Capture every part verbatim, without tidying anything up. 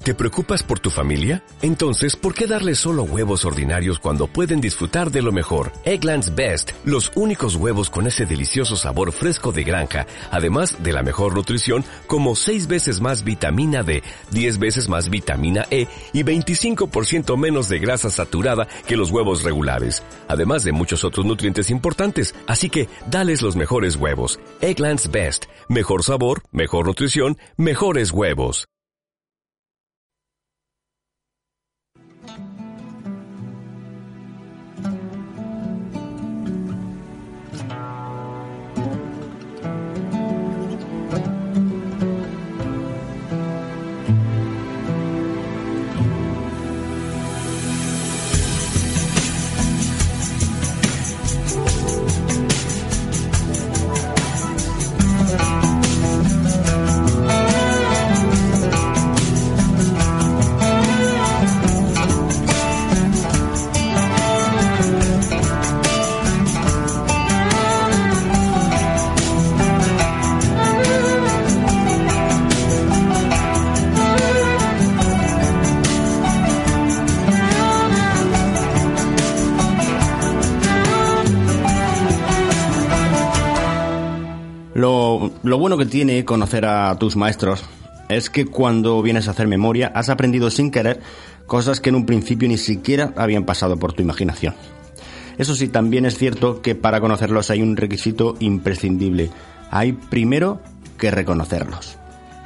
¿Te preocupas por tu familia? Entonces, ¿por qué darles solo huevos ordinarios cuando pueden disfrutar de lo mejor? Eggland's Best, los únicos huevos con ese delicioso sabor fresco de granja, además de la mejor nutrición, como seis veces más vitamina D, diez veces más vitamina E y veinticinco por ciento menos de grasa saturada que los huevos regulares, además de muchos otros nutrientes importantes. Así que, dales los mejores huevos. Eggland's Best, mejor sabor, mejor nutrición, mejores huevos. Lo, lo bueno que tiene conocer a tus maestros es que cuando vienes a hacer memoria has aprendido sin querer cosas que en un principio ni siquiera habían pasado por tu imaginación. Eso sí, también es cierto que para conocerlos hay un requisito imprescindible. Hay primero que reconocerlos.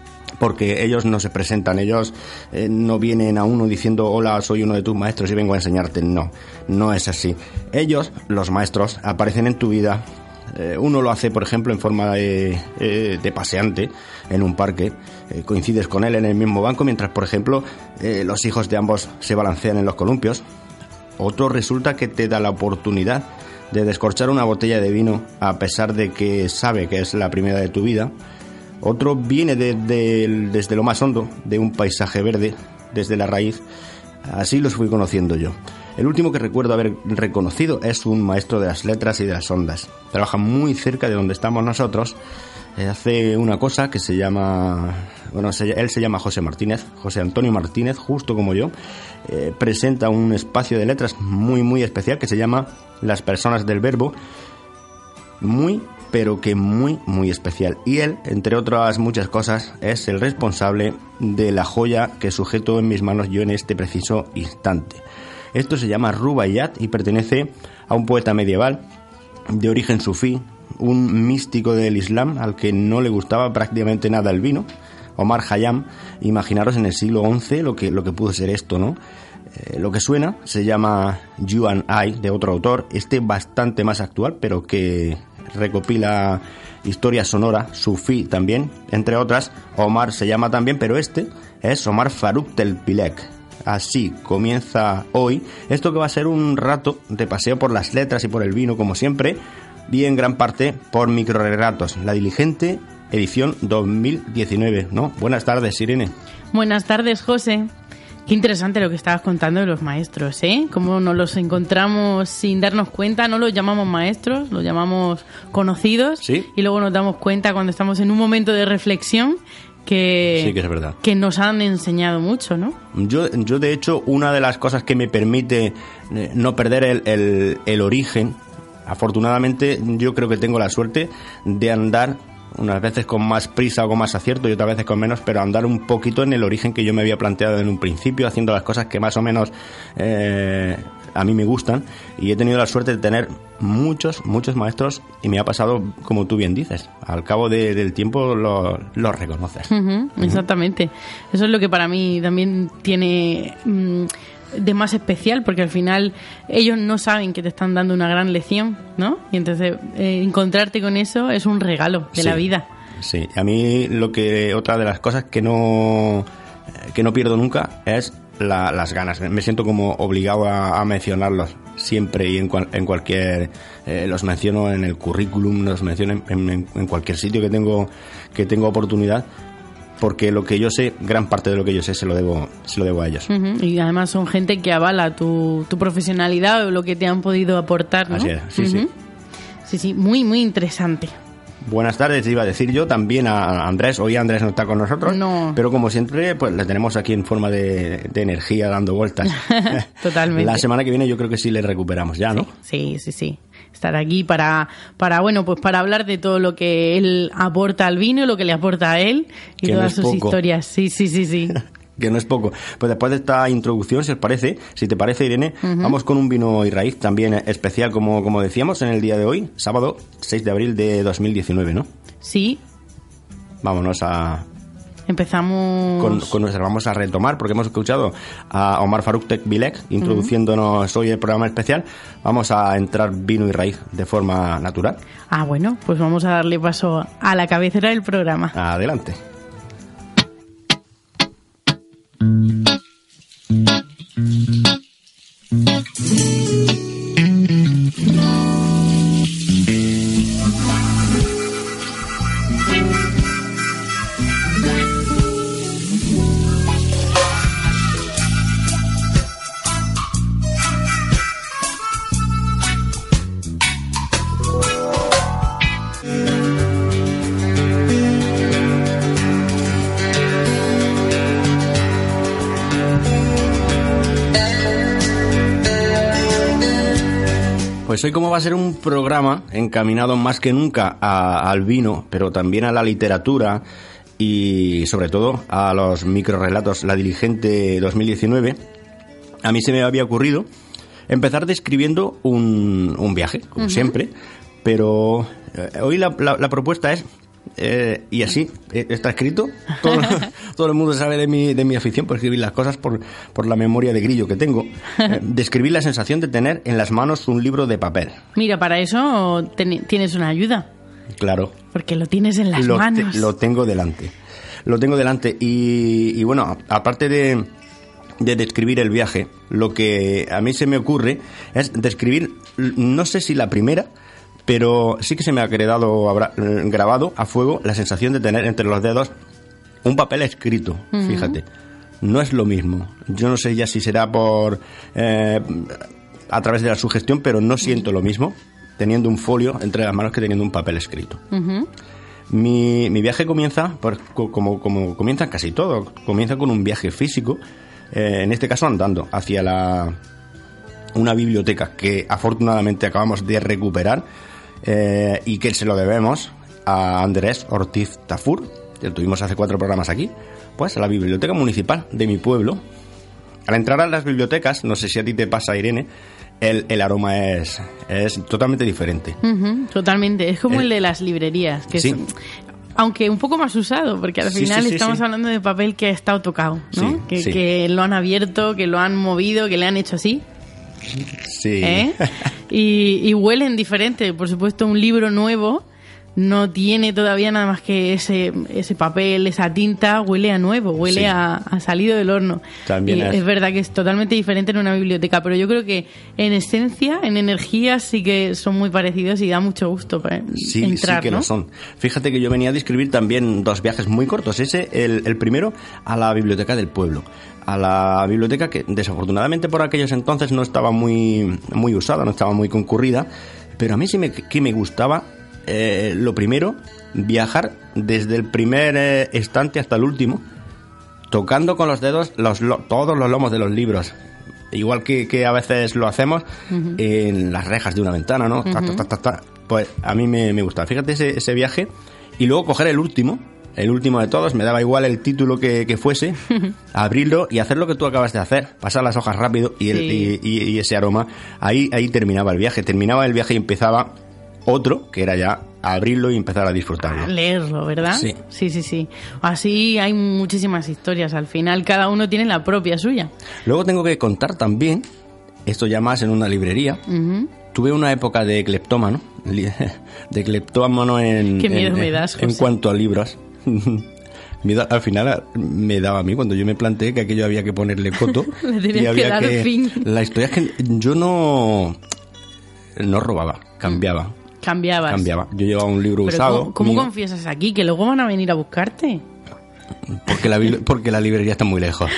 Porque ellos no se presentan, ellos eh, no vienen a uno diciendo hola, soy uno de tus maestros y vengo a enseñarte. No, no es así. Ellos, los maestros, aparecen en tu vida. Eh, uno lo hace, por ejemplo, en forma de, eh, de paseante en un parque, eh, coincides con él en el mismo banco, mientras, por ejemplo, eh, los hijos de ambos se balancean en los columpios. Otro resulta que te da la oportunidad de descorchar una botella de vino a pesar de que sabe que es la primera de tu vida. Otro viene de, de, desde lo más hondo de un paisaje verde, desde la raíz. Así los fui conociendo yo. El último que recuerdo haber reconocido es un maestro de las letras y de las ondas. Trabaja muy cerca de donde estamos nosotros. Eh, hace una cosa que se llama... Bueno, se, él se llama José Martínez, José Antonio Martínez, justo como yo. Eh, presenta un espacio de letras muy, muy especial que se llama Las Personas del Verbo. Muy, pero que muy, muy especial. Y él, entre otras muchas cosas, es el responsable de la joya que sujeto en mis manos yo en este preciso instante. Esto se llama Rubaiyat y pertenece a un poeta medieval de origen sufí, un místico del Islam al que no le gustaba prácticamente nada el vino, Omar Khayyam. Imaginaros en el siglo once lo que, lo que pudo ser esto, ¿no? Eh, lo que suena se llama You and I, de otro autor, este bastante más actual, pero que recopila historia sonora, sufí también, entre otras. Omar se llama también, pero este es Omar Faruk Telpilek. Así comienza hoy esto que va a ser un rato de paseo por las letras y por el vino, como siempre, y en gran parte por microrelatos, La Diligente, edición dos mil diecinueve, ¿no? Buenas tardes, Irene. Buenas tardes, José. Qué interesante lo que estabas contando de los maestros, ¿eh? Cómo nos los encontramos sin darnos cuenta, no los llamamos maestros, los llamamos conocidos, ¿sí? Y luego nos damos cuenta cuando estamos en un momento de reflexión que, sí, que es verdad, que nos han enseñado mucho, ¿no? Yo, yo de hecho, una de las cosas que me permite no perder el, el, el origen, afortunadamente yo creo que tengo la suerte de andar unas veces con más prisa o con más acierto y otras veces con menos, pero andar un poquito en el origen que yo me había planteado en un principio, haciendo las cosas que más o menos eh, a mí me gustan, y he tenido la suerte de tener muchos, muchos maestros, y me ha pasado, como tú bien dices, al cabo de, del tiempo lo, lo reconoces. Uh-huh, exactamente. Uh-huh. Eso es lo que para mí también tiene... Mmm, de más especial, porque al final ellos no saben que te están dando una gran lección, ¿no? Y entonces eh, encontrarte con eso es un regalo de sí, la vida. Sí, a mí lo que otra de las cosas que no que no pierdo nunca es la, las ganas. Me siento como obligado a, a mencionarlos siempre y en, cual, en cualquier eh, los menciono en el currículum, los menciono en, en, en cualquier sitio que tengo que tengo oportunidad. Porque lo que yo sé, gran parte de lo que yo sé se lo debo, se lo debo a ellos. Uh-huh. Y además son gente que avala tu, tu profesionalidad o lo que te han podido aportar, ¿no? Así es, sí, uh-huh. sí. Sí, sí, muy, muy interesante. Buenas tardes, iba a decir yo también a Andrés. Hoy Andrés no está con nosotros, no. Pero como siempre, pues le tenemos aquí en forma de, de energía dando vueltas. Totalmente. La semana que viene yo creo que sí le recuperamos ya, ¿no? Sí, sí, sí. sí. Estar aquí para, para, bueno, pues para hablar de todo lo que él aporta al vino, lo que le aporta a él y que todas no sus poco. historias. Sí, sí, sí, sí. Que no es poco. Pues después de esta introducción, si os parece, si te parece, Irene, uh-huh. vamos con un vino y raíz también especial, como, como decíamos, en el día de hoy, sábado seis de abril de dos mil diecinueve, ¿no? Sí. Vámonos a... Empezamos... Con, con nuestra, vamos a retomar, porque hemos escuchado a Omar Faruk Tekbilek introduciéndonos uh-huh. hoy el programa especial. Vamos a entrar vino y raíz de forma natural. Ah, bueno, pues vamos a darle paso a la cabecera del programa. Adelante. Pues hoy, como va a ser un programa encaminado más que nunca a, al vino, pero también a la literatura y sobre todo a los microrelatos La Diligente dos mil diecinueve, a mí se me había ocurrido empezar describiendo un, un viaje, como uh-huh. siempre, pero eh, hoy la, la, la propuesta es, eh, y así eh, está escrito, todo, todo el mundo sabe de mi, de mi afición por escribir las cosas, por, por la memoria de grillo que tengo, eh, describir la sensación de tener en las manos un libro de papel. Mira, para eso ten, tienes una ayuda. Claro. Porque lo tienes en las lo manos. Te, lo tengo delante. Lo tengo delante y, y bueno, aparte de, de describir el viaje, lo que a mí se me ocurre es describir, no sé si la primera, pero sí que se me ha quedado grabado a fuego la sensación de tener entre los dedos un papel escrito, uh-huh. fíjate. No es lo mismo. Yo no sé ya si será por eh, a través de la sugestión, pero no siento lo mismo teniendo un folio entre las manos que teniendo un papel escrito. Uh-huh. Mi, mi viaje comienza, por, como, como comienza casi todo, comienza con un viaje físico, eh, en este caso andando hacia la una biblioteca que afortunadamente acabamos de recuperar, eh, y que se lo debemos a Andrés Ortiz Tafur, que lo tuvimos hace cuatro programas aquí, pues a la biblioteca municipal de mi pueblo. Al entrar a las bibliotecas, no sé si a ti te pasa, Irene, el, el aroma es, es totalmente diferente. Uh-huh, totalmente, es como el, el de las librerías, que sí. es, aunque un poco más usado, porque al sí, final sí, sí, estamos sí. hablando de papel que ha estado tocado, ¿no? Sí, que, sí. que lo han abierto, que lo han movido, que le han hecho así. Sí. ¿Eh? Y, y huelen diferente. Por supuesto, un libro nuevo no tiene todavía nada más que ese ese papel, esa tinta, huele a nuevo, huele sí. a, a salido del horno. También y es... es verdad que es totalmente diferente en una biblioteca, pero yo creo que en esencia, en energía, sí que son muy parecidos y da mucho gusto para sí, entrar, sí que ¿no? lo son. Fíjate que yo venía a describir también dos viajes muy cortos. Ese, el, el primero, a la biblioteca del pueblo. A la biblioteca que desafortunadamente por aquellos entonces no estaba muy, muy usada, no estaba muy concurrida, pero a mí sí me, que me gustaba, eh, lo primero, viajar desde el primer eh, estante hasta el último, tocando con los dedos los, lo, todos los lomos de los libros, igual que, que a veces lo hacemos uh-huh. en las rejas de una ventana, ¿no? Uh-huh. Ta, ta, ta, ta, ta. Pues a mí me, me gustaba. Fíjate ese, ese viaje, y luego coger el último, el último de todos, me daba igual el título que, que fuese, abrirlo y hacer lo que tú acabas de hacer, pasar las hojas rápido y, el, sí. y, y, y ese aroma, ahí, ahí terminaba el viaje, terminaba el viaje y empezaba otro, que era ya abrirlo y empezar a disfrutarlo. A leerlo, ¿verdad? Sí. Sí, sí, sí. Así hay muchísimas historias, al final cada uno tiene la propia suya. Luego tengo que contar también, esto ya más en una librería, uh-huh. tuve una época de cleptómano, de cleptómano en, Qué miedo en, me das, José. En cuanto a libros. Al final me daba a mí cuando yo me planteé que aquello había que ponerle coto. Le y había que dar que, fin. La historia es que yo no no robaba, cambiaba. Cambiabas. Cambiaba. Yo llevaba un libro Pero usado. ¿Cómo, cómo mío. confiesas aquí? Que luego van a venir a buscarte. Porque la, porque la librería está muy lejos.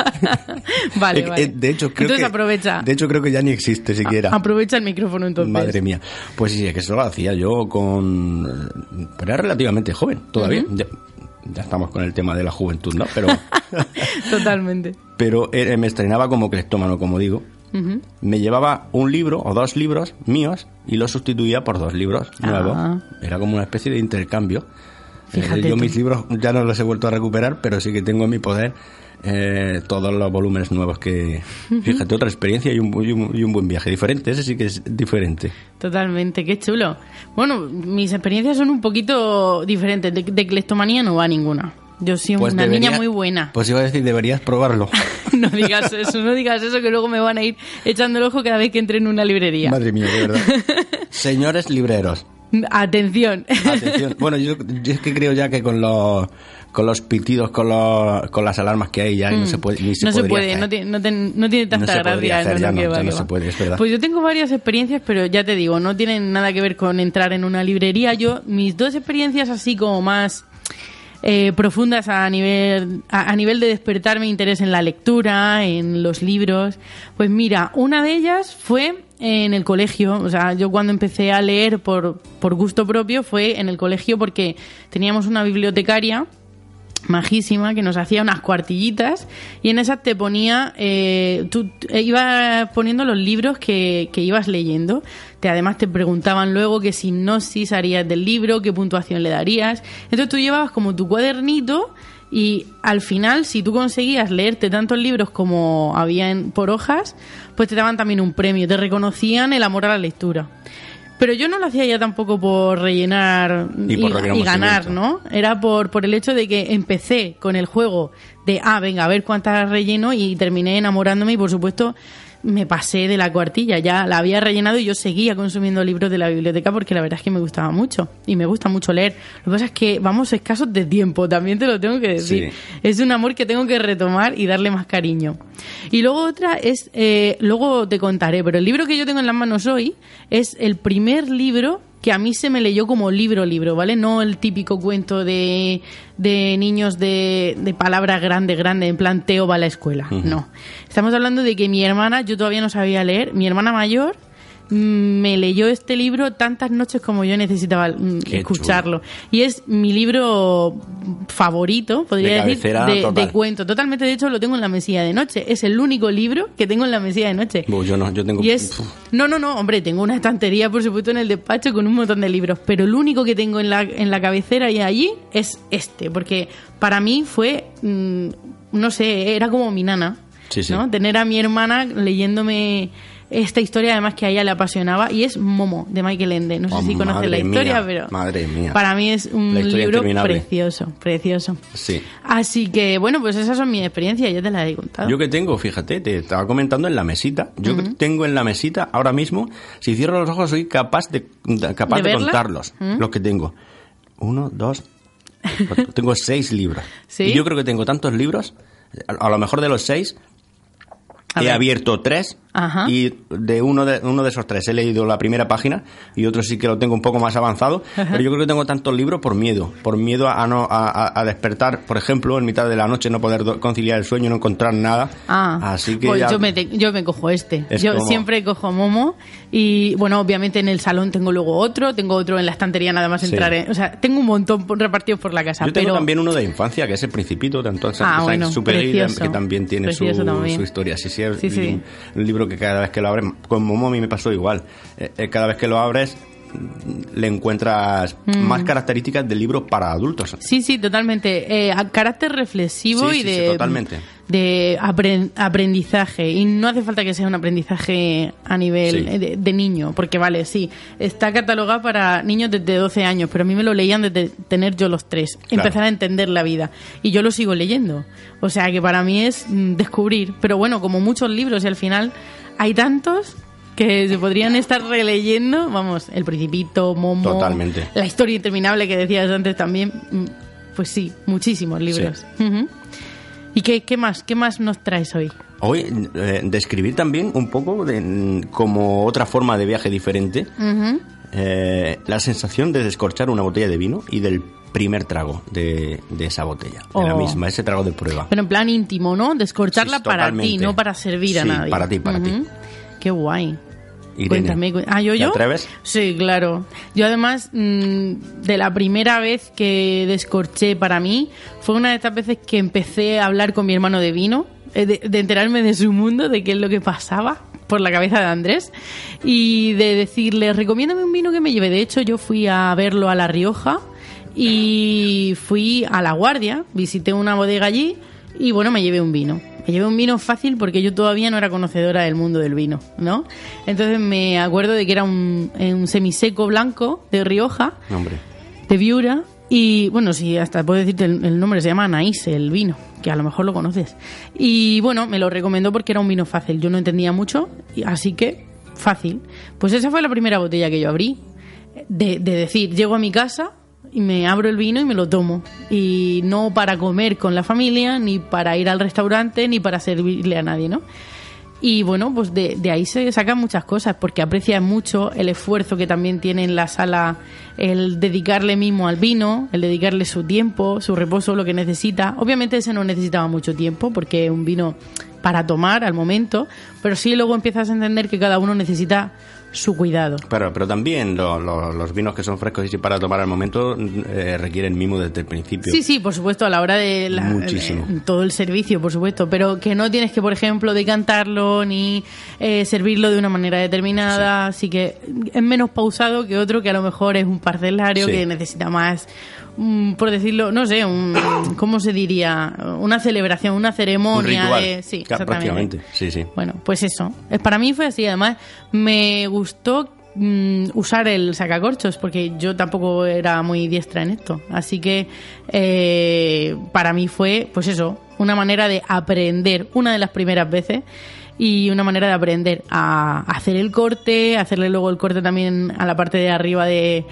Vale, vale. De hecho, creo entonces que, aprovecha. De hecho, creo que ya ni existe siquiera. Aprovecha el micrófono entonces. Madre mía. Pues sí, es que eso lo hacía yo con... Pero era relativamente joven todavía. Uh-huh. Ya, ya estamos con el tema de la juventud, ¿no? Pero... Totalmente. Pero eh, me estrenaba como cleptómano, como digo. Uh-huh. Me llevaba un libro o dos libros míos y los sustituía por dos libros nuevos. Ah. Era como una especie de intercambio. Eh, yo tú. Mis libros ya no los he vuelto a recuperar, pero sí que tengo en mi poder eh, todos los volúmenes nuevos que... Uh-huh. Fíjate, otra experiencia y un, y, un, y un buen viaje. Diferente, ese sí que es diferente. Totalmente, qué chulo. Bueno, mis experiencias son un poquito diferentes. De, de cleptomanía no va ninguna. Yo soy pues una debería, niña muy buena. Pues iba a decir, deberías probarlo. No digas eso, no digas eso, que luego me van a ir echando el ojo cada vez que entre en una librería. Madre mía, de verdad. Señores libreros. Atención. Atención. Bueno, yo, yo es que creo ya que con los con los pitidos, con los con las alarmas que hay ya mm. no se puede ni se No se puede, no tiene, no, ten, no tiene tanta no gracia. Hacer, no, ya no, no, va, ya no se puede, es verdad. Pues yo tengo varias experiencias, pero ya te digo, no tienen nada que ver con entrar en una librería. Yo, mis dos experiencias así como más... Eh, profundas a nivel a, a nivel de despertar mi interés en la lectura, en los libros. Pues mira, una de ellas fue en el colegio. O sea, yo cuando empecé a leer por, por gusto propio fue en el colegio porque teníamos una bibliotecaria majísima que nos hacía unas cuartillitas y en esas te ponía eh, tú eh, ibas poniendo los libros que, que ibas leyendo. Te, además te preguntaban luego qué sinopsis harías del libro, qué puntuación le darías. Entonces tú llevabas como tu cuadernito y al final, si tú conseguías leerte tantos libros como habían por hojas, pues te daban también un premio, te reconocían el amor a la lectura. Pero yo no lo hacía ya tampoco por rellenar y, por y, y ganar, ¿no? Era por, por el hecho de que empecé con el juego de, ah, venga, a ver cuántas relleno y terminé enamorándome y, por supuesto, me pasé de la cuartilla. Ya la había rellenado y yo seguía consumiendo libros de la biblioteca porque la verdad es que me gustaba mucho y me gusta mucho leer. Lo que pasa es que vamos escasos de tiempo, también te lo tengo que decir. Sí. Es un amor que tengo que retomar y darle más cariño. Y luego otra es, eh, luego te contaré, pero el libro que yo tengo en las manos hoy es el primer libro que a mí se me leyó como libro libro, ¿vale? No el típico cuento de, de niños de, de palabras grandes, grandes, en plan Teo va a la escuela. Uh-huh. No. Estamos hablando de que mi hermana, yo todavía no sabía leer, mi hermana mayor me leyó este libro tantas noches como yo necesitaba Qué escucharlo. Chulo. Y es mi libro favorito, podría de decir, de, de cuento. Totalmente, de hecho, lo tengo en la mesilla de noche. Es el único libro que tengo en la mesilla de noche. Bueno, yo no, yo tengo... Y es... No, no, no, hombre, tengo una estantería, por supuesto, en el despacho con un montón de libros, pero el único que tengo en la, en la cabecera y allí es este, porque para mí fue, mmm, no sé, era como mi nana, sí, sí. ¿no? Tener a mi hermana leyéndome esta historia, además que a ella le apasionaba, y es Momo, de Michael Ende. No sé oh, si conoces la historia, mía, pero madre mía. Para mí es un libro precioso, precioso. Sí. Así que, bueno, pues esas son mis experiencias, ya te las he contado. Yo que tengo, fíjate, te estaba comentando en la mesita. Yo uh-huh. tengo en la mesita, ahora mismo, si cierro los ojos, soy capaz de, capaz de, de contarlos, uh-huh. los que tengo. Uno, dos, tengo seis libros. ¿Sí? Y yo creo que tengo tantos libros, a lo mejor de los seis... A he ver. abierto tres. Ajá. Y de uno de uno de esos tres he leído la primera página y otro sí que lo tengo un poco más avanzado. Ajá. Pero yo creo que tengo tantos libros por miedo, por miedo a no a, a despertar, por ejemplo, en mitad de la noche, no poder conciliar el sueño, no encontrar nada. Ah, así que pues ya... yo me te, yo me cojo este. Yo como... siempre cojo Momo y bueno, obviamente en el salón tengo luego otro, tengo otro en la estantería nada más sí. entrar, en, o sea, tengo un montón repartidos por la casa. Yo tengo pero... también uno de infancia que es El Principito, tanto ah, bueno, Superhéroe, que también tiene su, también. su historia. Sí, sí, sí, sí. Un, un libro que cada vez que lo abres, con Momo a mí me pasó igual. Eh, cada vez que lo abres le encuentras mm. más características del libro para adultos. Sí, sí, totalmente. Eh, carácter reflexivo sí, y sí, de, sí, totalmente. de aprendizaje. Y no hace falta que sea un aprendizaje a nivel sí. de, de niño, porque vale, sí, está catalogado para niños desde doce años, pero a mí me lo leían desde tener yo los tres, claro. empezar a entender la vida. Y yo lo sigo leyendo. O sea que para mí es mm, descubrir. Pero bueno, como muchos libros, y al final hay tantos que se podrían estar releyendo, vamos, El Principito, Momo, totalmente. La historia interminable que decías antes también, pues sí, muchísimos libros. Sí. Uh-huh. ¿Y qué, qué más qué más nos traes hoy? Hoy eh, describir también un poco de, como otra forma de viaje diferente, uh-huh. eh, la sensación de descorchar una botella de vino y del primer trago de, de esa botella, de Oh. la misma, ese trago de prueba. Pero en plan íntimo, ¿no? Descorcharla Sí, para ti, totalmente. no para servir a Sí, nadie. para ti, para Ujú. ti. Qué guay. Irene, Cuéntame. cu- Ah, ¿yo, ¿te yo? atreves? Sí, claro. Yo además, mmm, de la primera vez que descorché para mí, fue una de estas veces que empecé a hablar con mi hermano de vino, eh, de, de enterarme de su mundo, de qué es lo que pasaba por la cabeza de Andrés, y de decirle, recomiéndame un vino que me lleve. De hecho, yo fui a verlo a La Rioja y fui a La Guardia, visité una bodega allí y bueno, me llevé un vino. Me llevé un vino fácil porque yo todavía no era conocedora del mundo del vino, ¿no? Entonces me acuerdo de que era un, un semiseco blanco de Rioja, Hombre. de Viura, y bueno, sí, hasta puedo decirte el, el nombre, se llama Anaís, el vino, que a lo mejor lo conoces. Y bueno, me lo recomendó porque era un vino fácil, yo no entendía mucho, y así que fácil. Pues esa fue la primera botella que yo abrí, de, de decir, llego a mi casa y me abro el vino y me lo tomo. Y no para comer con la familia, ni para ir al restaurante, ni para servirle a nadie, ¿no? Y bueno, pues de, de ahí se sacan muchas cosas, porque aprecias mucho el esfuerzo que también tiene en la sala el dedicarle mismo al vino, el dedicarle su tiempo, su reposo, lo que necesita. Obviamente ese no necesitaba mucho tiempo, porque es un vino para tomar al momento, pero sí luego empiezas a entender que cada uno necesita su cuidado. Pero, pero también lo- lo- los vinos que son frescos y para tomar al momento eh, requieren mimo desde el principio. Sí, sí, por supuesto, a la hora de, la- Muchísimo. de todo el servicio, por supuesto, pero que no tienes que, por ejemplo, decantarlo ni eh, servirlo de una manera determinada, así que es menos pausado que otro que a lo mejor es un parcelario Sí. que necesita más, mm, por decirlo, no sé, un, ¿cómo se diría? Una celebración, una Un ceremonia ritual. de... Sí, Claro, exactamente. prácticamente. Sí, sí. Bueno, pues eso. Es- Para mí fue así. Además, me gustó mm, usar el sacacorchos porque yo tampoco era muy diestra en esto. Así que eh, para mí fue, pues eso, una manera de aprender, una de las primeras veces, y una manera de aprender a hacer el corte, hacerle luego el corte también a la parte de arriba de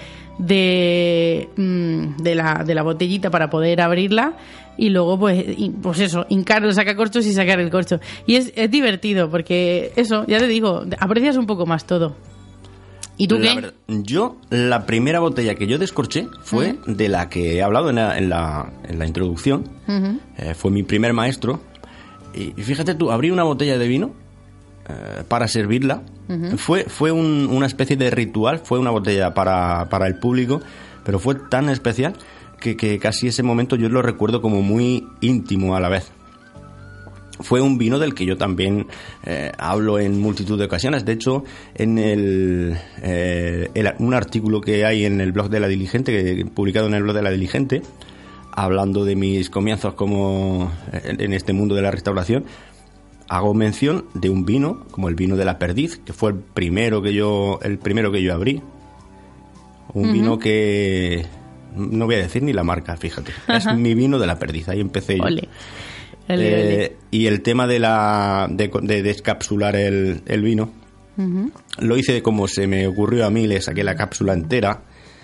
de, mm, de, la, de la botellita para poder abrirla y luego pues y- pues eso, hincar el sacacorchos y sacar el corcho. Y es, es divertido porque eso, ya te digo, aprecias un poco más todo. ¿Y tú La qué? verdad, yo, la primera botella que yo descorché fue de la que he hablado en la, en la, en la introducción. Ujú. Eh, fue mi primer maestro. Y, y fíjate tú, abrí una botella de vino eh, para servirla. Fue, fue un- una especie de ritual, fue una botella para, para el público, pero fue tan especial que, que casi ese momento yo lo recuerdo como muy íntimo a la vez. Fue un vino del que yo también eh, hablo en multitud de ocasiones. De hecho, en el, eh, el- un artículo que hay en el blog de La Diligente, que, publicado en el blog de La Diligente, hablando de mis comienzos como en, en este mundo de la restauración, hago mención de un vino, como el vino de la Perdiz, que fue el primero que yo, el primero que yo abrí. Un Ujú. vino que no voy a decir ni la marca, fíjate. Es Ajá. mi vino de la Perdiz, ahí empecé yo. Ole. Ole, ole. Eh, y el tema de la de, de descapsular el, el vino Ujú. lo hice como se me ocurrió a mí, le saqué la cápsula entera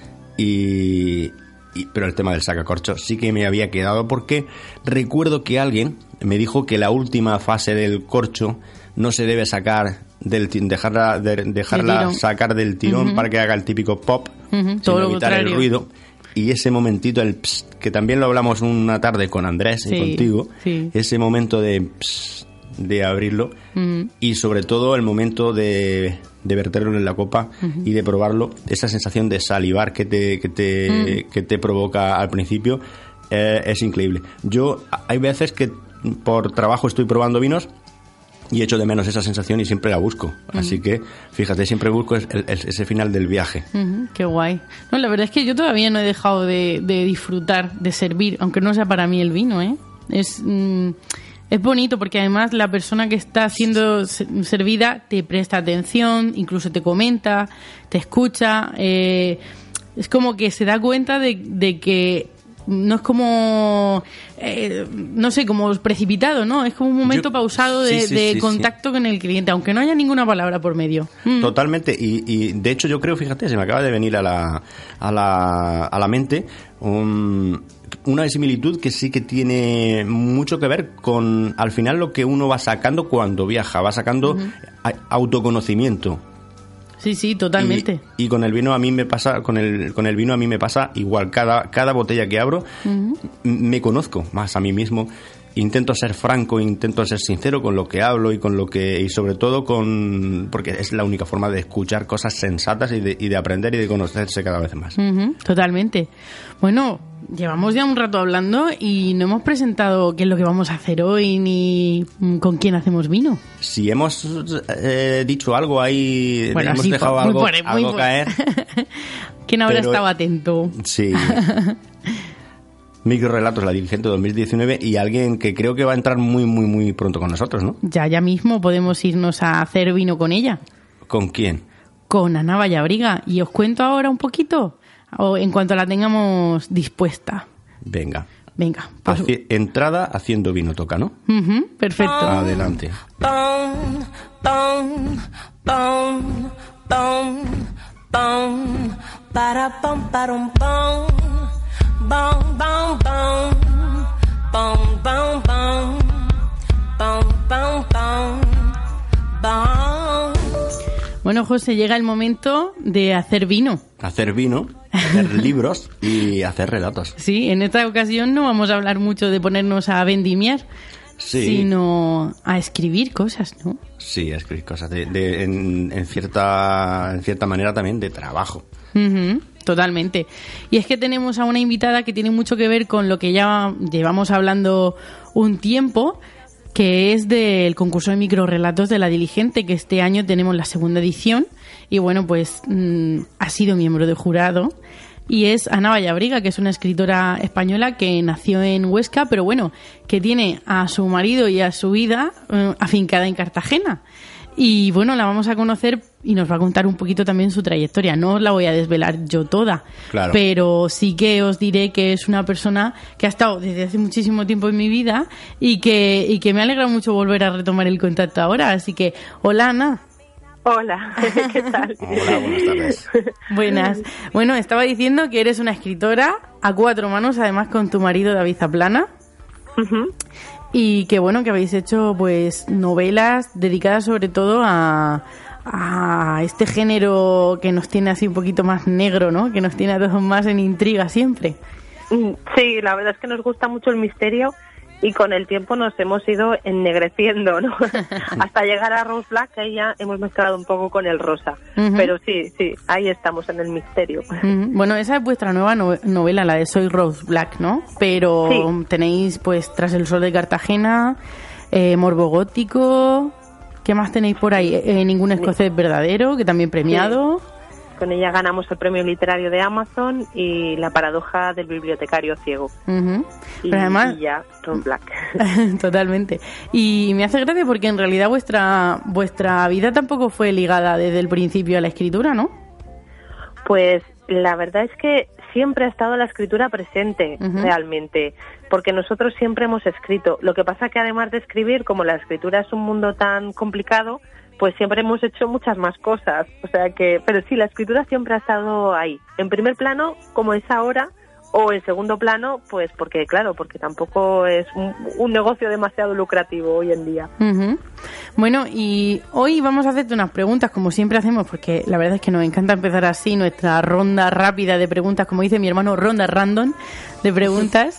y, y- pero el tema del sacacorchos sí que me había quedado porque recuerdo que alguien me dijo que la última fase del corcho no se debe sacar del ti- dejarla de- dejarla tirón. sacar del tirón Ujú. para que haga el típico pop, Ujú, sin todo lo evitar el contrario. ruido. Y ese momentito, el psst, que también lo hablamos una tarde con Andrés Sí, y contigo, sí. ese momento de psst, de abrirlo Ujú. y sobre todo el momento de, de verterlo en la copa y de probarlo, esa sensación de salivar que te, que te, que te provoca al principio eh, es increíble. Yo, hay veces que por trabajo estoy probando vinos y echo de menos esa sensación y siempre la busco. Así que, fíjate, siempre busco el- el- ese final del viaje. Ujú, qué guay. No, la verdad es que yo todavía no he dejado de, de disfrutar, de servir, aunque no sea para mí el vino, ¿eh? Es, mm, es bonito porque además la persona que está siendo se- servida te presta atención, incluso te comenta, te escucha. eh, es como que se da cuenta de, de que no es como, eh, no sé, como precipitado, ¿no? Es como un momento Yo- pausado de, sí, sí, de sí, sí. contacto con el cliente, aunque no haya ninguna palabra por medio. Mm. Totalmente, y, y de hecho yo creo, fíjate, se me acaba de venir a la, a la, a la mente un- una similitud que sí que tiene mucho que ver con, al final, lo que uno va sacando cuando viaja, va sacando a- autoconocimiento. Sí, sí, totalmente. Y, y con el vino a mí me pasa, con el, con el vino a mí me pasa igual. Cada, cada botella que abro, uh-huh. me conozco más a mí mismo. Intento ser franco, intento ser sincero con lo que hablo y con lo que, y sobre todo con, porque es la única forma de escuchar cosas sensatas y de, y de aprender y de conocerse cada vez más. Uh-huh, totalmente. Bueno, llevamos ya un rato hablando y no hemos presentado qué es lo que vamos a hacer hoy ni con quién hacemos vino. Si hemos eh, dicho algo ahí, bueno, hemos sí, dejado muy algo, por, muy algo por. caer. ¿Quién habrá pero, estado atento? Sí. Microrelatos, la dirigente dos mil diecinueve, y alguien que creo que va a entrar muy, muy, muy pronto con nosotros, ¿no? Ya, ya mismo podemos irnos a hacer vino con ella. ¿Con quién? Con Ana Vallabriga. Y os cuento ahora un poquito, o en cuanto la tengamos dispuesta. Venga. Venga. Pues... Haci- entrada haciendo vino toca, ¿no? Uh-huh, perfecto. Adelante. Bum, bum, bum, bum, bum, para bum, parum, bum. Bum, bum, bum, bum, bum, bum, bum, bum, bum, bum. Bueno, José, llega el momento de hacer vino. Hacer vino, hacer libros y hacer relatos. Sí, en esta ocasión no vamos a hablar mucho de ponernos a vendimiar, sí. sino a escribir cosas, ¿no? Sí, a escribir cosas, de, de, en, en, cierta, en cierta manera también de trabajo. Uh-huh. Totalmente. Y es que tenemos a una invitada que tiene mucho que ver con lo que ya llevamos hablando un tiempo, que es del concurso de microrelatos de La Diligente, que este año tenemos la segunda edición. Y bueno, pues mmm, ha sido miembro del jurado. Y es Ana Vallabriga, que es una escritora española que nació en Huesca, pero bueno, que tiene a su marido y a su vida eh, afincada en Cartagena. Y bueno, la vamos a conocer y nos va a contar un poquito también su trayectoria. No os la voy a desvelar yo toda, claro. Pero sí que os diré que es una persona que ha estado desde hace muchísimo tiempo en mi vida y que, y que me alegra mucho volver a retomar el contacto ahora. Así que, hola Ana. Hola, ¿qué tal? Hola, buenas tardes. Buenas. Bueno, estaba diciendo que eres una escritora a cuatro manos, además con tu marido David Zaplana. Uh-huh. Y que bueno, que habéis hecho pues novelas dedicadas sobre todo a, a este género que nos tiene así un poquito más negro, ¿no? Que nos tiene a todos más en intriga siempre. Sí, la verdad es que nos gusta mucho el misterio y con el tiempo nos hemos ido ennegreciendo, ¿no? Hasta llegar a Rose Black, que ahí ya hemos mezclado un poco con el rosa. Uh-huh. Pero sí, sí, ahí estamos en el misterio. Uh-huh. Bueno, esa es vuestra nueva no- novela, la de Soy Rose Black, ¿no? Pero sí. Tenéis, pues, Tras el sol de Cartagena, eh, Morbo gótico, ¿qué más tenéis por ahí? Eh, Ningún escocés verdadero, que también premiado. Sí. Con ella ganamos el premio literario de Amazon y La paradoja del bibliotecario ciego. Uh-huh. Y, Pero además, y ya, Rose Black. Totalmente. Y me hace gracia porque en realidad vuestra vuestra vida tampoco fue ligada desde el principio a la escritura, ¿no? Pues la verdad es que siempre ha estado la escritura presente, uh-huh. realmente, porque nosotros siempre hemos escrito. Lo que pasa que además de escribir, como la escritura es un mundo tan complicado, pues siempre hemos hecho muchas más cosas, o sea que, pero sí, la escritura siempre ha estado ahí, en primer plano, como es ahora, o en segundo plano, pues porque, claro, porque tampoco es un, un negocio demasiado lucrativo hoy en día. Uh-huh. Bueno, y hoy vamos a hacerte unas preguntas, como siempre hacemos, porque la verdad es que nos encanta empezar así nuestra ronda rápida de preguntas, como dice mi hermano, ronda random de preguntas.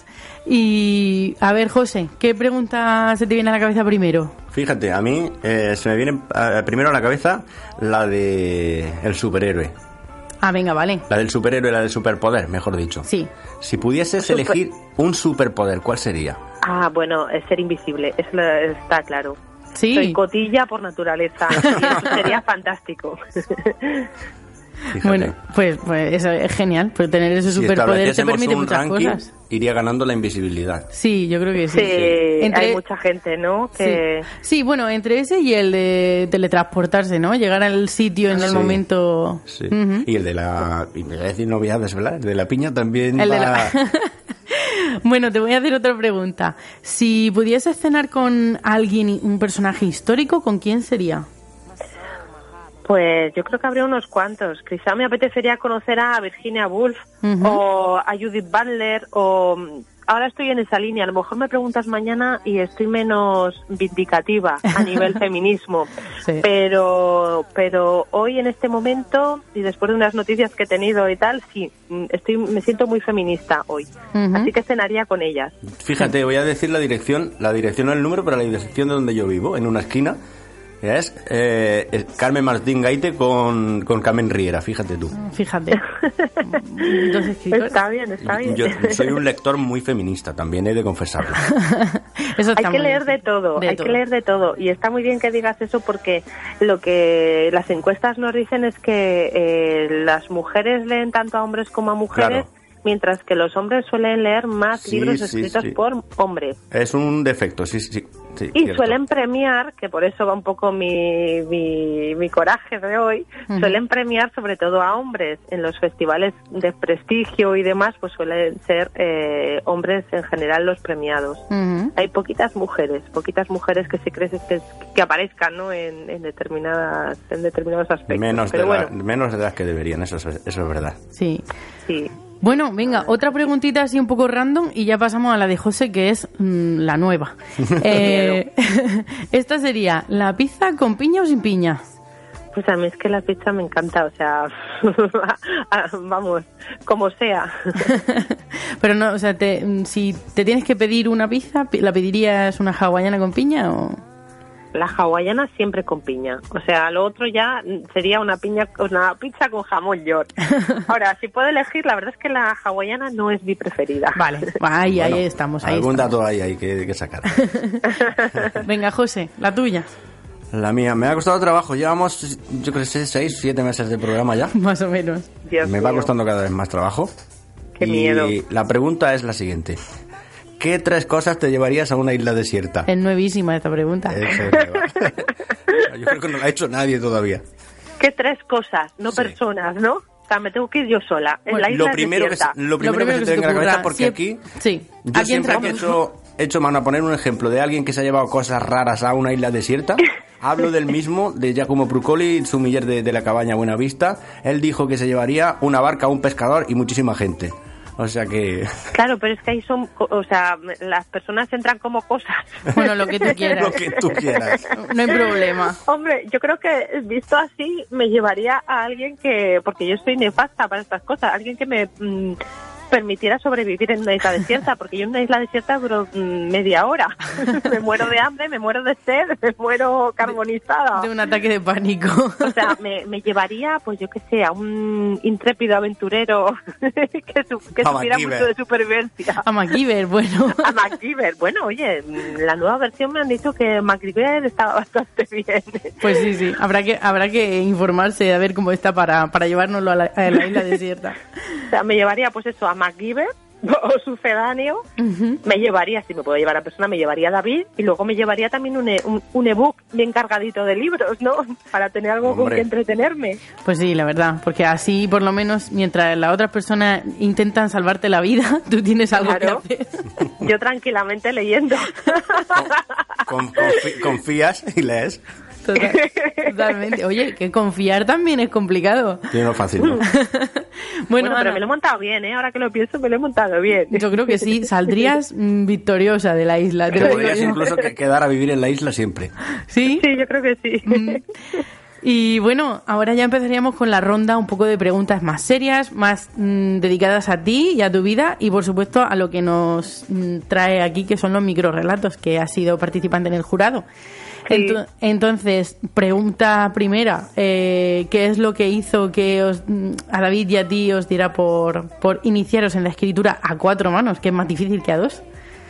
Y a ver, José, ¿qué pregunta se te viene a la cabeza primero? Fíjate, a mí eh, se me viene eh, primero a la cabeza la de el superhéroe. Ah, venga, vale. La del superhéroe, la del superpoder, mejor dicho. Sí. Si pudieses Super... elegir un superpoder, ¿cuál sería? Ah, bueno, es ser invisible, eso lo, está claro. Sí. Soy cotilla por naturaleza, y eso sería fantástico. Fíjate. Bueno, pues, pues eso es genial, pues tener ese si superpoder te permite un muchas ranking, cosas. Iría ganando la invisibilidad. Sí, yo creo que sí. Sí, sí. Entre... hay mucha gente, ¿no? Que... Sí. sí, bueno, entre ese y el de teletransportarse, ¿no? Llegar al sitio en el sí. momento... Sí, uh-huh. y el de la... Y me voy a decir, no voy a desvelar, el de la piña también el va... de la... Bueno, te voy a hacer otra pregunta. Si pudieses cenar con alguien, un personaje histórico, ¿con quién sería? Pues yo creo que habría unos cuantos. Quizá me apetecería conocer a Virginia Woolf, uh-huh. o a Judith Butler, o ahora estoy en esa línea. A lo mejor me preguntas mañana y estoy menos vindicativa a nivel feminismo. Sí. Pero pero hoy en este momento y después de unas noticias que he tenido y tal, sí, estoy me siento muy feminista hoy. Uh-huh. Así que cenaría con ellas. Fíjate, voy a decir la dirección, la dirección no el número, pero la dirección de donde yo vivo, en una esquina. Es eh, Carmen Martín Gaite con, con Carmen Riera, fíjate tú. Fíjate. Está bien, está bien. Yo soy un lector muy feminista, también he de confesarlo. Eso hay que leer de todo, de hay todo. que leer de todo. Y está muy bien que digas eso porque lo que las encuestas nos dicen es que eh, las mujeres leen tanto a hombres como a mujeres. Claro. Mientras que los hombres suelen leer más sí, libros escritos sí, sí. por hombres. Es un defecto, sí, sí. sí y cierto. Suelen premiar, que por eso va un poco mi, mi, mi coraje de hoy, uh-huh. suelen premiar sobre todo a hombres. En los festivales de prestigio y demás, pues suelen ser eh, hombres en general los premiados. Uh-huh. Hay poquitas mujeres, poquitas mujeres que se creen que, que aparezcan, ¿no? en, en, determinadas, en determinados aspectos. Menos, Pero de bueno. la, menos de las que deberían, eso, eso es verdad. Sí. Sí. Bueno, venga, otra preguntita así un poco random y ya pasamos a la de José, que es mmm, la nueva. eh, esta sería, ¿la pizza con piña o sin piña? Pues a mí es que la pizza me encanta, o sea, vamos, como sea. Pero no, o sea, te, si te tienes que pedir una pizza, ¿la pedirías una hawaiana con piña o...? La hawaiana siempre con piña. O sea, lo otro ya sería una piña, una pizza con jamón york. Ahora, si puedo elegir, la verdad es que la hawaiana no es mi preferida. Vale, ahí, bueno, ahí estamos. Ahí algún estamos. dato ahí hay que, que sacar. Venga, José, la tuya. La mía, me ha costado trabajo. Llevamos, yo creo que seis, siete meses de programa ya. Más o menos. Dios me mío. va costando cada vez más trabajo. Qué y miedo. La pregunta es la siguiente. ¿Qué tres cosas te llevarías a una isla desierta? Es nuevísima esta pregunta. Eso es nueva. Yo creo que no la ha hecho nadie todavía. ¿Qué tres cosas? No sí. personas, ¿no? O sea, me tengo que ir yo sola. En bueno, la isla lo primero desierta. Que, lo primero, lo primero que, que se te venga a la cabeza, porque sí, aquí... Sí. Yo siempre que he hecho, he hecho, mano, a poner un ejemplo de alguien que se ha llevado cosas raras a una isla desierta, hablo del mismo, de Giacomo Bruccoli, sumiller de, de la cabaña Buenavista. Él dijo que se llevaría una barca, un pescador y muchísima gente. O sea que... Claro, pero es que ahí son... O sea, las personas entran como cosas. Bueno, lo que tú quieras. Lo que tú quieras. No hay problema. Hombre, yo creo que visto así me llevaría a alguien que... Porque yo soy nefasta para estas cosas. Alguien que me... Mmm, permitiera sobrevivir en una isla desierta, porque yo en una isla desierta duro mmm, media hora. Me muero de hambre, me muero de sed, me muero carbonizada. De, de un ataque de pánico. O sea, me, me llevaría, pues yo qué sé, a un intrépido aventurero que, su, que supiera mucho de supervivencia. A MacGyver, bueno. A MacGyver. Bueno, oye, la nueva versión me han dicho que MacGyver estaba bastante bien. Pues sí, sí. Habrá que habrá que informarse a ver cómo está para, para llevárnoslo a la, a la isla desierta. O sea, me llevaría, pues eso, a MacGyver o sucedáneo. Uh-huh. Me llevaría, si me puedo llevar a persona, me llevaría a David y luego me llevaría también un, e- un, un ebook bien cargadito de libros, ¿no? Para tener algo Hombre. con que entretenerme. Pues sí, la verdad, porque así por lo menos mientras las otras personas intentan salvarte la vida, tú tienes algo claro. que hacer. Yo tranquilamente leyendo. Con, con, confi- confías y lees. Total, totalmente. Oye, que confiar también es complicado. Tiene lo fácil, ¿no? bueno, bueno pero Ana, me lo he montado bien, ¿eh? Ahora que lo pienso, me lo he montado bien. Yo creo que sí, saldrías mm, victoriosa de la isla. Te podrías incluso que quedar a vivir en la isla siempre. ¿Sí? Sí, yo creo que sí. Mm. Y bueno, ahora ya empezaríamos con la ronda un poco de preguntas más serias, más mmm, dedicadas a ti y a tu vida y por supuesto a lo que nos mmm, trae aquí, que son los microrelatos, que has sido participante en el jurado. Sí. Ent- entonces, pregunta primera, eh, ¿qué es lo que hizo que os, a David y a ti os diera por, por iniciaros en la escritura a cuatro manos, que es más difícil que a dos?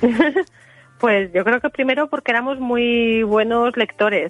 Pues yo creo que primero porque éramos muy buenos lectores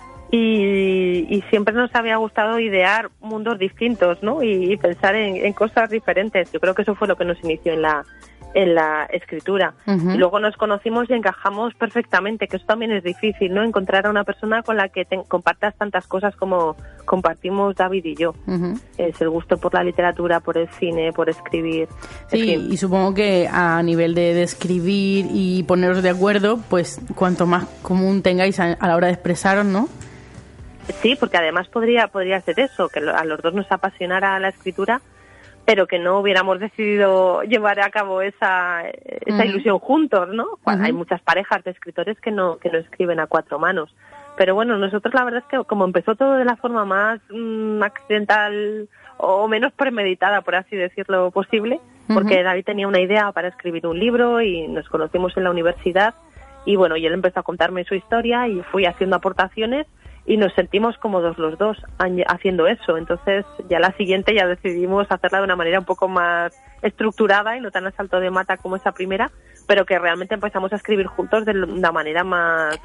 y, y siempre nos había gustado idear mundos distintos, ¿no? Y, y pensar en, en cosas diferentes. Yo creo que eso fue lo que nos inició en la en la escritura. Uh-huh. Y luego nos conocimos y encajamos perfectamente, que eso también es difícil, ¿no? Encontrar a una persona con la que te compartas tantas cosas como compartimos David y yo. Uh-huh. Es el gusto por la literatura, por el cine, por escribir. Sí, en fin. Y supongo que a nivel de, de escribir y poneros de acuerdo, pues cuanto más común tengáis a, a la hora de expresaros, ¿no? Sí, porque además podría podría ser eso, que a los dos nos apasionara la escritura, pero que no hubiéramos decidido llevar a cabo esa, esa uh-huh. ilusión juntos, ¿no? Bueno, uh-huh. hay muchas parejas de escritores que no, que no escriben a cuatro manos. Pero bueno, nosotros la verdad es que como empezó todo de la forma más mmm, accidental o menos premeditada, por así decirlo, posible, uh-huh. porque David tenía una idea para escribir un libro y nos conocimos en la universidad y bueno, y él empezó a contarme su historia y fui haciendo aportaciones y nos sentimos cómodos los dos haciendo eso. Entonces ya la siguiente ya decidimos hacerla de una manera un poco más estructurada y no tan a salto de mata como esa primera, pero que realmente empezamos a escribir juntos de la manera más,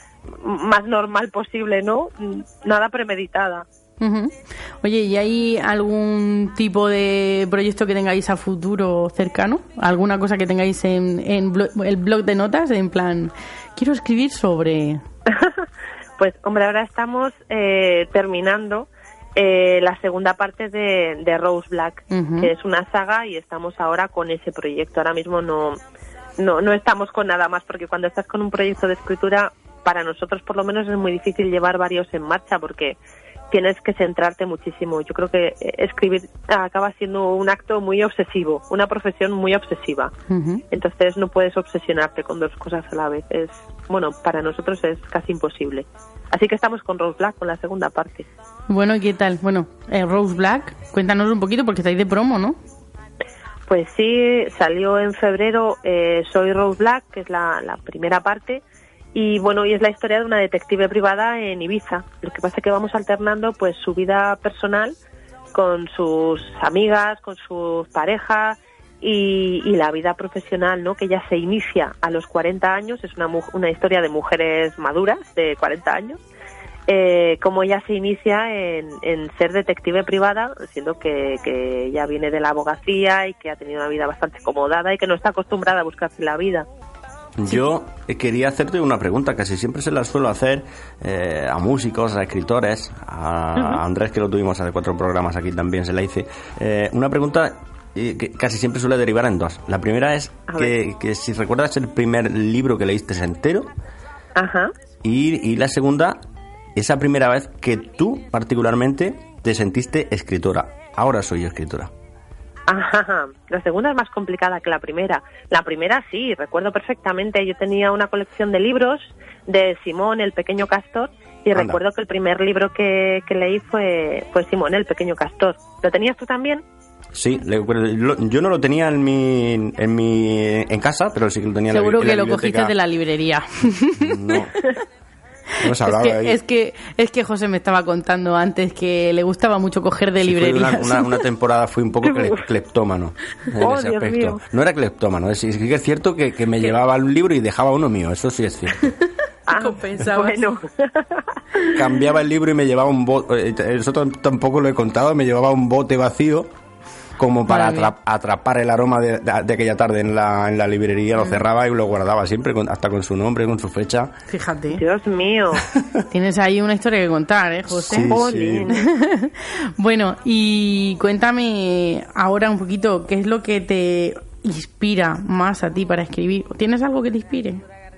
más normal posible, ¿no? Nada premeditada. Uh-huh. Oye, ¿y hay algún tipo de proyecto que tengáis a futuro cercano? ¿Alguna cosa que tengáis en, en blo- el blog de notas? En plan, quiero escribir sobre... Pues, hombre, ahora estamos eh, terminando eh, la segunda parte de, de Rose Black, uh-huh. que es una saga, y estamos ahora con ese proyecto. Ahora mismo no, no, no estamos con nada más, porque cuando estás con un proyecto de escritura, para nosotros por lo menos es muy difícil llevar varios en marcha, porque tienes que centrarte muchísimo. Yo creo que escribir acaba siendo un acto muy obsesivo, una profesión muy obsesiva. Uh-huh. Entonces no puedes obsesionarte con dos cosas a la vez. Es, bueno, para nosotros es casi imposible. Así que estamos con Rose Black, con la segunda parte. Bueno, ¿y qué tal? Bueno, eh, Rose Black, cuéntanos un poquito porque estáis de promo, ¿no? Pues sí, salió en febrero eh, Soy Rose Black, que es la, la primera parte. Y bueno, y es la historia de una detective privada en Ibiza. Lo que pasa es que vamos alternando pues su vida personal con sus amigas, con sus parejas y, y la vida profesional, ¿no? Que ella se inicia a los cuarenta años, es una, una historia de mujeres maduras de cuarenta años, eh, como ella se inicia en, en ser detective privada, siendo que, que ella viene de la abogacía y que ha tenido una vida bastante acomodada y que no está acostumbrada a buscarse la vida. Yo quería hacerte una pregunta, casi siempre se la suelo hacer eh, a músicos, a escritores, a, uh-huh. a Andrés, que lo tuvimos hace cuatro programas aquí también se la hice. Eh, una pregunta eh, que casi siempre suele derivar en dos. La primera es que, que si recuerdas el primer libro que leíste entero. Ajá. Y, y la segunda, esa primera vez que tú particularmente te sentiste escritora. Ahora soy escritora. Ajá, la segunda es más complicada que la primera. La primera sí, recuerdo perfectamente. Yo tenía una colección de libros de Simón, el pequeño castor, y Anda. recuerdo que el primer libro que, que leí fue, fue Simón, el pequeño castor. ¿Lo tenías tú también? Sí, yo no lo tenía en mi en mi en casa, pero sí que lo tenía en la biblioteca. Seguro que lo cogiste de la librería. No. Es que, es, que, es que José me estaba contando antes que le gustaba mucho coger de sí, librerías. Una, una, una temporada fui un poco cleptómano en oh, ese Dios aspecto. Mío. No era cleptómano, es, es que es cierto que, que me ¿Qué? llevaba un libro y dejaba uno mío, eso sí es cierto. Ah, bueno. Cambiaba el libro y me llevaba un bote, eso tampoco lo he contado, me llevaba un bote vacío como para atrap, atrapar el aroma de, de, de aquella tarde en la, en la librería, lo cerraba y lo guardaba siempre, con, hasta con su nombre, con su fecha. Fíjate. Dios mío. Tienes ahí una historia que contar, ¿eh, José? Sí, sí. Bueno, y cuéntame ahora un poquito, ¿qué es lo que te inspira más a ti para escribir? ¿Tienes algo que te inspire?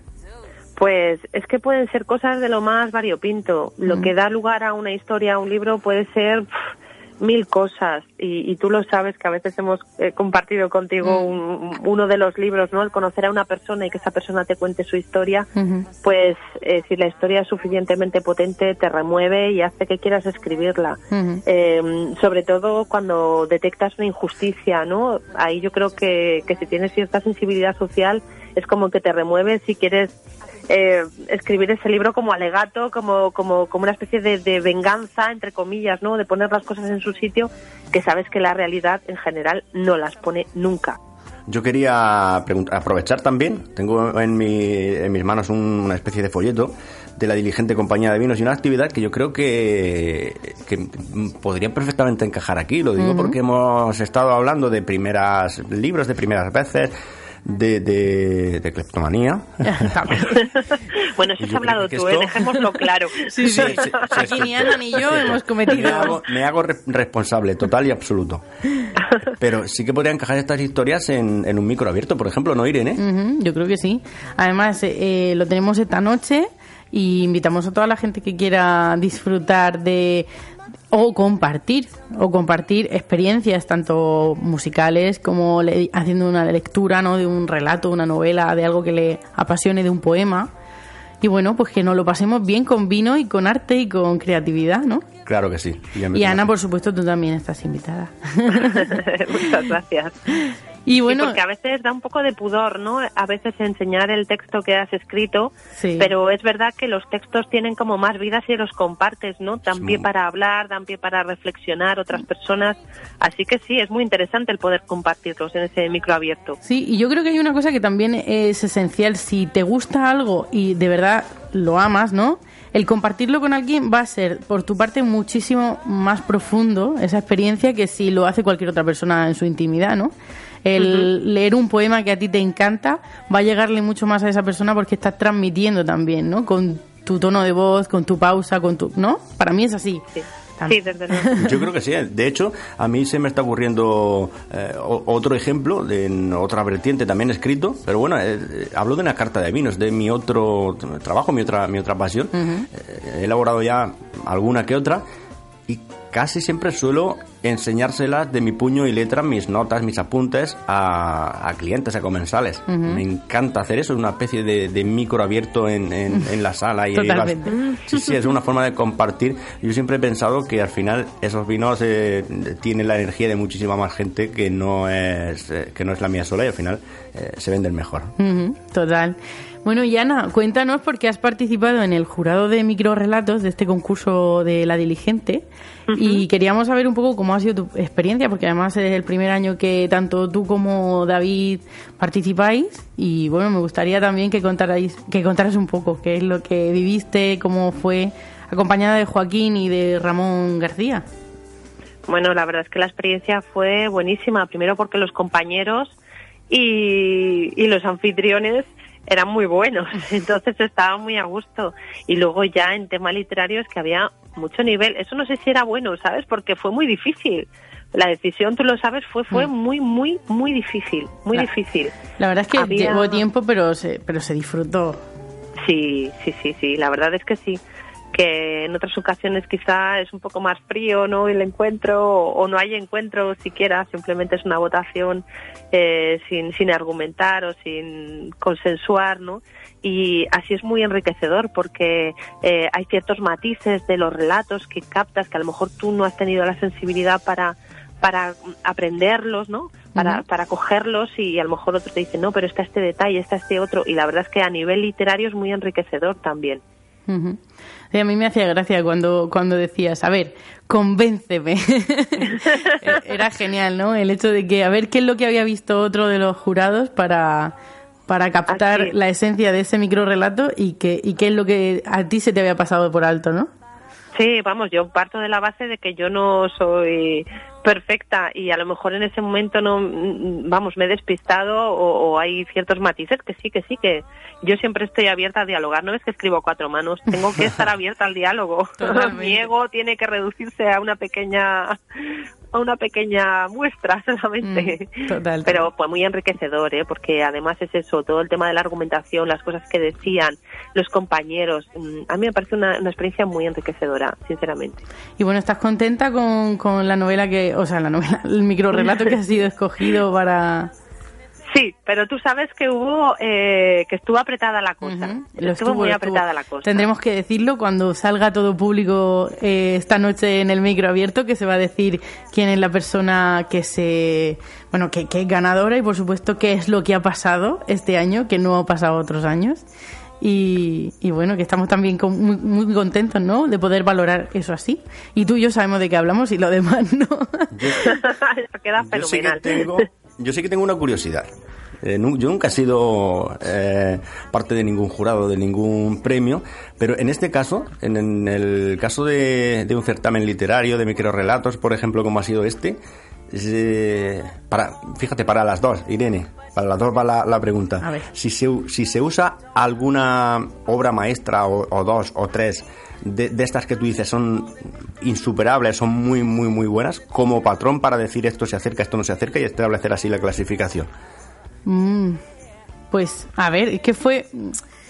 Pues es que pueden ser cosas de lo más variopinto. Lo mm. que da lugar a una historia, a un libro, puede ser... Pff, mil cosas y, y tú lo sabes que a veces hemos eh, compartido contigo un, uno de los libros, ¿no? El conocer a una persona y que esa persona te cuente su historia, uh-huh. pues eh, si la historia es suficientemente potente te remueve y hace que quieras escribirla. Uh-huh. Eh, sobre todo cuando detectas una injusticia, ¿no? Ahí yo creo que, que si tienes cierta sensibilidad social es como que te remueve si quieres Eh, escribir ese libro como alegato, como como como una especie de, de venganza, entre comillas, ¿no? De poner las cosas en su sitio, que sabes que la realidad en general no las pone nunca. Yo quería preguntar, aprovechar también, tengo en, mi, en mis manos un, una especie de folleto de la Diligente Compañía de Vinos y una actividad que yo creo que, que podría perfectamente encajar aquí. Lo digo uh-huh. porque hemos estado hablando de primeras libros, de primeras veces, de, de, de cleptomanía. Bueno, eso has hablado tú, esto... ¿eh? Dejémoslo claro. Sí, sí, sí, sí, aquí sí, ni Ana ni yo hemos cometido. Me hago, me hago re- responsable, total y absoluto. Pero sí que podría encajar estas historias en, en un micro abierto, por ejemplo, ¿no, Irene? Uh-huh, yo creo que sí. Además, eh, lo tenemos esta noche y invitamos a toda la gente que quiera disfrutar de o compartir o compartir experiencias tanto musicales como le, haciendo una lectura, ¿no?, de un relato, una novela, de algo que le apasione, de un poema. Y bueno, pues que nos lo pasemos bien con vino y con arte y con creatividad, ¿no? Claro que sí. Y Ana, por supuesto, tú también estás invitada. Muchas gracias. Y bueno, sí, porque a veces da un poco de pudor, ¿no? A veces enseñar el texto que has escrito, sí. Pero es verdad que los textos tienen como más vida si los compartes, ¿no? Dan pie para hablar, dan pie para reflexionar otras personas, así que sí, es muy interesante el poder compartirlos en ese micro abierto. Sí, y yo creo que hay una cosa que también es esencial, si te gusta algo y de verdad lo amas, ¿no?, el compartirlo con alguien va a ser, por tu parte, muchísimo más profundo esa experiencia que si lo hace cualquier otra persona en su intimidad, ¿no? El uh-huh. leer un poema que a ti te encanta va a llegarle mucho más a esa persona porque estás transmitiendo también, ¿no? Con tu tono de voz, con tu pausa, con tu... ¿no? Para mí es así. Sí. Sí, desde luego. Yo creo que sí. De hecho, a mí se me está ocurriendo eh, otro ejemplo de en otra vertiente también escrito, pero bueno, eh, hablo de una carta de vinos, de mi otro trabajo, mi otra mi otra pasión. Uh-huh. Eh, he elaborado ya alguna que otra y casi siempre suelo enseñárselas de mi puño y letra, mis notas, mis apuntes a, a clientes, a comensales. Uh-huh. Me encanta hacer eso, es una especie de, de micro abierto en, en, en la sala. Y totalmente. Vas, sí, sí, es una forma de compartir. Yo siempre he pensado que al final esos vinos eh, tienen la energía de muchísima más gente que no es, eh, que no es la mía sola y al final eh, se venden mejor. Uh-huh. Total. Bueno, y Ana, cuéntanos porque has participado en el jurado de microrelatos de este concurso de La Diligente. Uh-huh. Y queríamos saber un poco cómo ha sido tu experiencia, porque además es el primer año que tanto tú como David participáis y bueno, me gustaría también que contarais, que contaras un poco qué es lo que viviste, cómo fue, acompañada de Joaquín y de Ramón García. Bueno, la verdad es que la experiencia fue buenísima, primero porque los compañeros y, y los anfitriones eran muy buenos, entonces estaba muy a gusto. Y luego ya en tema literario es que había mucho nivel. Eso no sé si era bueno, ¿sabes? Porque fue muy difícil. La decisión, tú lo sabes, fue fue muy, muy, muy difícil. Muy la, difícil. La verdad es que había... llevó tiempo, pero se, pero se disfrutó. Sí, sí, sí, sí. La verdad es que sí. Que en otras ocasiones quizá es un poco más frío, ¿no?, el encuentro, o no hay encuentro siquiera, simplemente es una votación eh, sin, sin argumentar o sin consensuar, ¿no? Y así es muy enriquecedor porque eh, hay ciertos matices de los relatos que captas que a lo mejor tú no has tenido la sensibilidad para para aprenderlos, ¿no? Para, uh-huh. para cogerlos, y a lo mejor otro te dice, no, pero está este detalle, está este otro, y la verdad es que a nivel literario es muy enriquecedor también. Uh-huh. Sí, a mí me hacía gracia cuando, cuando decías, a ver, convénceme. Era genial, ¿no? El hecho de que, a ver, qué es lo que había visto otro de los jurados para, para captar Así. la esencia de ese microrelato y, que, y qué es lo que a ti se te había pasado por alto, ¿no? Sí, vamos, yo parto de la base de que yo no soy perfecta y a lo mejor en ese momento no, vamos, me he despistado o, o hay ciertos matices que sí, que sí, que yo siempre estoy abierta a dialogar. No es que escribo a cuatro manos, tengo que estar abierta al diálogo. Mi ego tiene que reducirse a una pequeña a una pequeña muestra solamente. Mm, total. Pero fue muy enriquecedor, ¿eh? Porque además es eso, todo el tema de la argumentación, las cosas que decían los compañeros. A mí me parece una, una experiencia muy enriquecedora, sinceramente. Y bueno, ¿estás contenta con, con la novela que, o sea, la novela, el microrelato que ha sido escogido para...? Sí, pero tú sabes que hubo, eh, que estuvo apretada la cosa. Uh-huh. Estuvo, estuvo muy estuvo. apretada la cosa. Tendremos que decirlo cuando salga todo público eh, esta noche en el micro abierto, que se va a decir quién es la persona que se, bueno, que, que es ganadora y por supuesto qué es lo que ha pasado este año, que no ha pasado otros años. Y, y bueno, que estamos también con, muy, muy contentos, ¿no?, de poder valorar eso así. Y tú y yo sabemos de qué hablamos y lo demás no. Yo, queda fenomenal. Yo sí que tengo, yo sí que tengo una curiosidad. Eh, no, yo nunca he sido eh, parte de ningún jurado, de ningún premio, pero en este caso, en, en el caso de, de un certamen literario, de microrelatos, por ejemplo, como ha sido este, eh, para, fíjate, para las dos, Irene, para las dos va la, la pregunta. A ver. Si se, si se usa alguna obra maestra o, o dos o tres de, de estas que tú dices son insuperables, son muy, muy, muy buenas, como patrón para decir esto se acerca, esto no se acerca y establecer así la clasificación. Mm, pues, a ver, es que fue...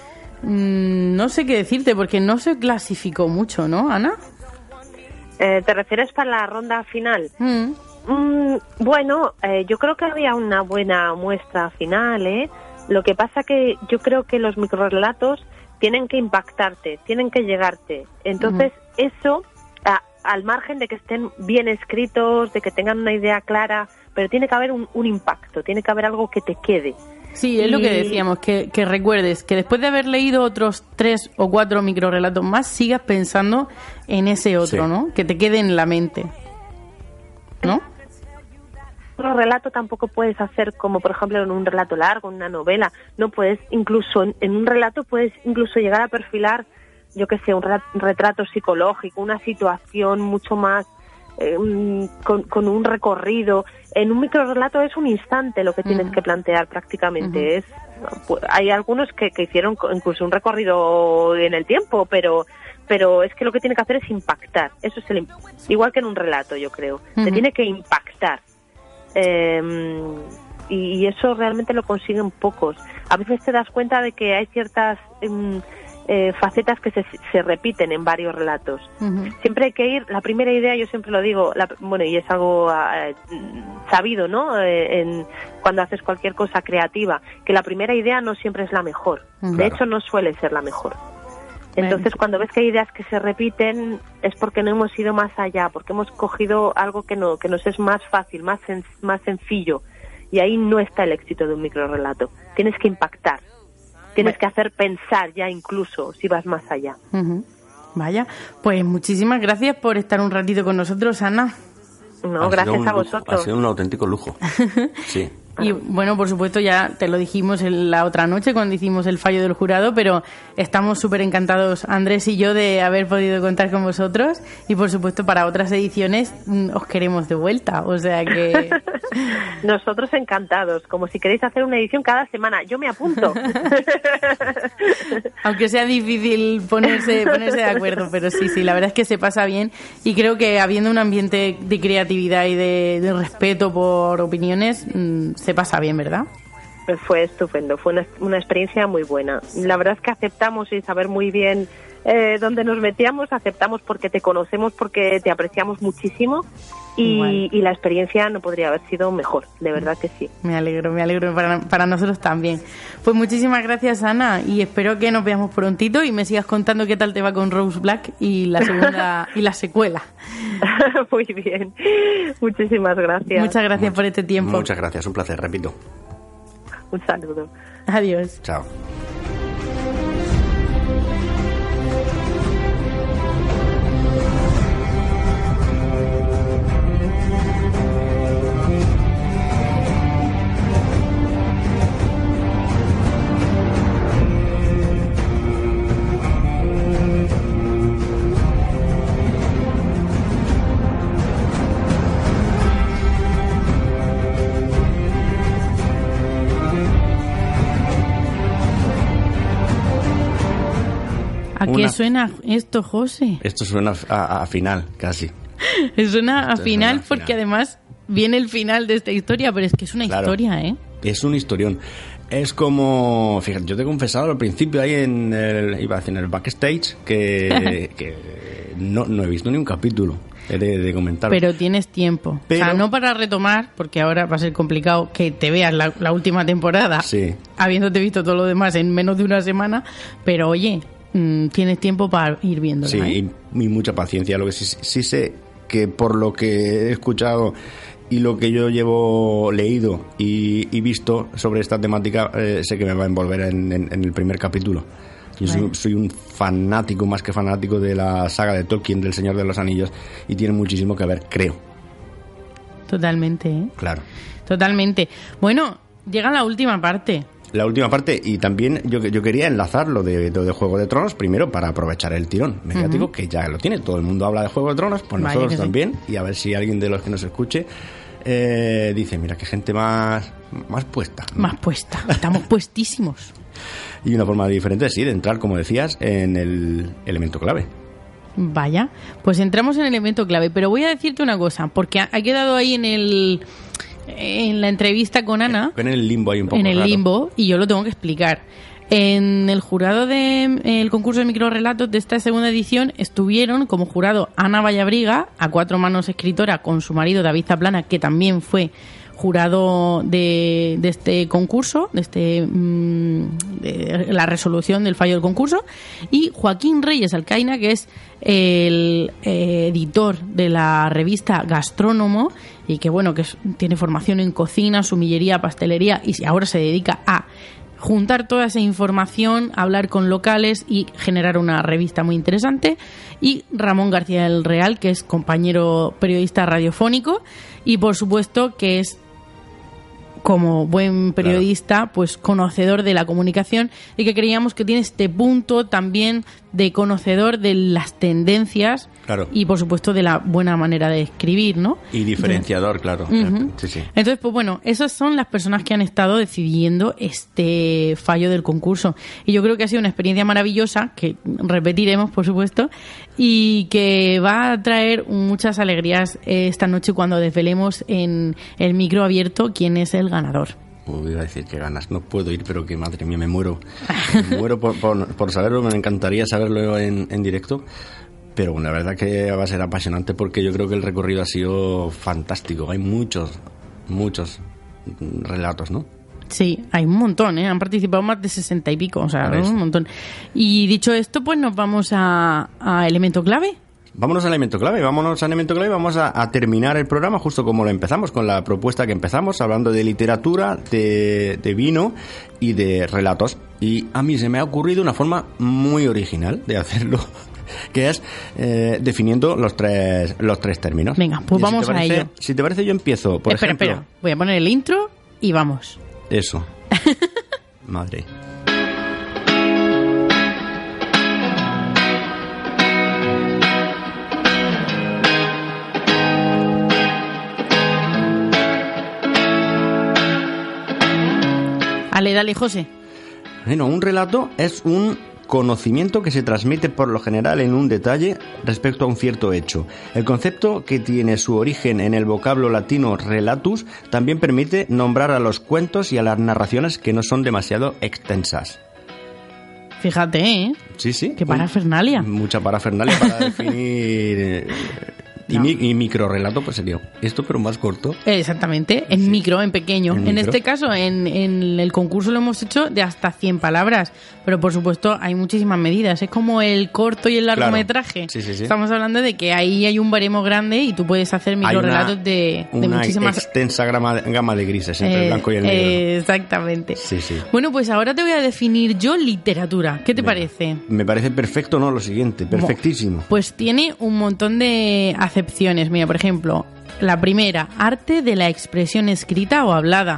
mmm, no sé qué decirte, porque no se clasificó mucho, ¿no, Ana? Eh, ¿Te refieres para la ronda final? Mm. Mm, bueno, eh, yo creo que había una buena muestra final, ¿eh? Lo que pasa que yo creo que los microrelatos tienen que impactarte, tienen que llegarte. Entonces, uh-huh. eso, a, al margen de que estén bien escritos, de que tengan una idea clara, pero tiene que haber un, un impacto, tiene que haber algo que te quede. Sí, es y... lo que decíamos, que, que recuerdes que después de haber leído otros tres o cuatro microrelatos más, sigas pensando en ese otro, sí. ¿no? Que te quede en la mente, ¿no? Un relato tampoco puedes hacer como, por ejemplo, en un relato largo, en una novela. No puedes, incluso en, en un relato puedes incluso llegar a perfilar, yo qué sé, un retrato psicológico, una situación mucho más eh, con, con un recorrido. En un microrelato es un instante lo que tienes uh-huh. que plantear prácticamente. Uh-huh. Es pues, hay algunos que, que hicieron incluso un recorrido en el tiempo, pero pero es que lo que tiene que hacer es impactar. Eso es el igual que en un relato, yo creo. Uh-huh. Te tiene que impactar. Eh, y, y eso realmente lo consiguen pocos. A veces te das cuenta de que hay ciertas eh, eh, facetas que se, se repiten en varios relatos. Uh-huh. Siempre hay que ir, la primera idea, yo siempre lo digo, la, bueno, y es algo eh, sabido, ¿no? Eh, en, cuando haces cualquier cosa creativa, que la primera idea no siempre es la mejor. Uh-huh. De hecho, no suele ser la mejor. Entonces, cuando ves que hay ideas que se repiten, es porque no hemos ido más allá, porque hemos cogido algo que no que nos es más fácil, más sen, más sencillo, y ahí no está el éxito de un microrelato. Tienes que impactar, tienes que hacer pensar ya incluso si vas más allá. Uh-huh. Vaya, pues muchísimas gracias por estar un ratito con nosotros, Ana. No, ha gracias a vosotros. Ha sido un auténtico lujo. Sí. Y bueno, por supuesto, ya te lo dijimos en la otra noche cuando hicimos el fallo del jurado, pero estamos súper encantados, Andrés y yo, de haber podido contar con vosotros, y por supuesto para otras ediciones os queremos de vuelta, o sea que... Nosotros encantados, como si queréis hacer una edición cada semana, yo me apunto. Aunque sea difícil ponerse, ponerse de acuerdo, pero sí, sí, la verdad es que se pasa bien, y creo que habiendo un ambiente de creatividad y de, de respeto por opiniones, se pasa bien, ¿verdad? Fue estupendo, fue una, una experiencia muy buena. La verdad es que aceptamos sin saber muy bien eh, dónde nos metíamos, aceptamos porque te conocemos, porque te apreciamos muchísimo, y, y la experiencia no podría haber sido mejor, de verdad que sí. Me alegro, me alegro, para, para nosotros también. Pues muchísimas gracias, Ana, y espero que nos veamos prontito y me sigas contando qué tal te va con Rose Black y la segunda y la secuela. Muy bien, muchísimas gracias. Muchas gracias Much- por este tiempo. Muchas gracias, un placer, repito. Un saludo. Adiós. Chao. ¿A qué suena esto, José? Esto suena a, a final, casi. Suena a esto final suena porque final. Además viene el final de esta historia, pero es que es una Claro, historia, ¿eh? Es un historión. Es como, fíjate, yo te he confesado al principio ahí en el, iba a decir, en el backstage que, que no, no he visto ni un capítulo. He de, de comentar. Pero tienes tiempo. Pero, o sea, no para retomar, porque ahora va a ser complicado que te veas la, la última temporada, sí, habiéndote visto todo lo demás en menos de una semana, pero oye, mmm, tienes tiempo para ir viéndola. Sí, ¿eh? y, y mucha paciencia. Lo que sí, sí sé que por lo que he escuchado y lo que yo llevo leído y, y visto sobre esta temática, eh, sé que me va a envolver en, en, en el primer capítulo. Yo soy, soy un fanático, más que fanático, de la saga de Tolkien, del Señor de los Anillos, y tiene muchísimo que ver, creo. Totalmente, ¿eh? Claro. Totalmente. Bueno, llega la última parte. La última parte, y también yo, yo quería enlazar lo de, lo de Juego de Tronos, primero para aprovechar el tirón mediático, uh-huh, que ya lo tiene, todo el mundo habla de Juego de Tronos, pues Vaya nosotros también, sí. Y a ver si alguien de los que nos escuche eh, dice, mira, qué gente más, más puesta, ¿no? Más puesta, estamos puestísimos. Y una forma diferente, sí, de entrar, como decías, en el elemento clave. Vaya, pues entramos en el elemento clave, pero voy a decirte una cosa, porque ha quedado ahí en el en la entrevista con Ana, en el limbo hay un poco en el raro. limbo, y yo lo tengo que explicar. En el jurado del de, concurso de microrelatos de esta segunda edición estuvieron como jurado Ana Vallabriga, a cuatro manos escritora, con su marido David Zaplana, que también fue jurado de, de este concurso, de, este, mmm, de la resolución del fallo del concurso, y Joaquín Reyes Alcaina, que es el eh, editor de la revista Gastrónomo, y que bueno, que es, tiene formación en cocina, sumillería, pastelería, y ahora se dedica a juntar toda esa información, hablar con locales y generar una revista muy interesante. Y Ramón García del Real, que es compañero periodista radiofónico y por supuesto que es, como buen periodista, claro, pues conocedor de la comunicación, y que creíamos que tiene este punto también de conocedor de las tendencias, claro, y por supuesto de la buena manera de escribir, ¿no? Y diferenciador, entonces, claro. Uh-huh. Sí, sí. Entonces, pues bueno, esas son las personas que han estado decidiendo este fallo del concurso. Y yo creo que ha sido una experiencia maravillosa, que repetiremos, por supuesto, y que va a traer muchas alegrías esta noche cuando desvelemos en el micro abierto quién es el ganador. Pues iba a decir que ganas, no puedo ir, pero que madre mía, me muero. Me muero por, por, por saberlo, me encantaría saberlo en, en directo. Pero bueno, la verdad que va a ser apasionante porque yo creo que el recorrido ha sido fantástico. Hay muchos, muchos relatos, ¿no? Sí, hay un montón, ¿eh? Han participado más de sesenta y pico, o sea, un montón. Y dicho esto, pues nos vamos a, a Elemento Clave. Vámonos al elemento clave, vámonos al elemento clave, vamos a, a terminar el programa justo como lo empezamos, con la propuesta que empezamos, hablando de literatura, de, de vino y de relatos. Y a mí se me ha ocurrido una forma muy original de hacerlo, que es eh, definiendo los tres los tres términos. Venga, pues y vamos si parece, a ello. Si te parece, yo empiezo, por espera, ejemplo... Espera, voy a poner el intro y vamos. Eso. Madre... Dale, dale, José. Bueno, un relato es un conocimiento que se transmite por lo general en un detalle respecto a un cierto hecho. El concepto, que tiene su origen en el vocablo latino relatus, también permite nombrar a los cuentos y a las narraciones que no son demasiado extensas. Fíjate, ¿eh? Sí, sí. Qué parafernalia. Mucha parafernalia para definir... Y, no. mi, y microrelato pues sería esto, pero más corto. Exactamente, en sí. micro, en pequeño. En, en este caso, en, en el concurso lo hemos hecho de hasta cien palabras, pero por supuesto hay muchísimas medidas. Es como el corto y el largometraje. Claro. Sí, sí, sí. Estamos hablando de que ahí hay un baremo grande y tú puedes hacer microrelatos una, de, de una muchísimas... extensa gama, gama de grises entre eh, el blanco y el negro. Eh, exactamente. Sí, sí. Bueno, pues ahora te voy a definir yo literatura. ¿Qué te me, parece? Me parece perfecto, ¿no? Lo siguiente, perfectísimo. Pues tiene un montón de acepciones. Mira, por ejemplo, la primera, arte de la expresión escrita o hablada,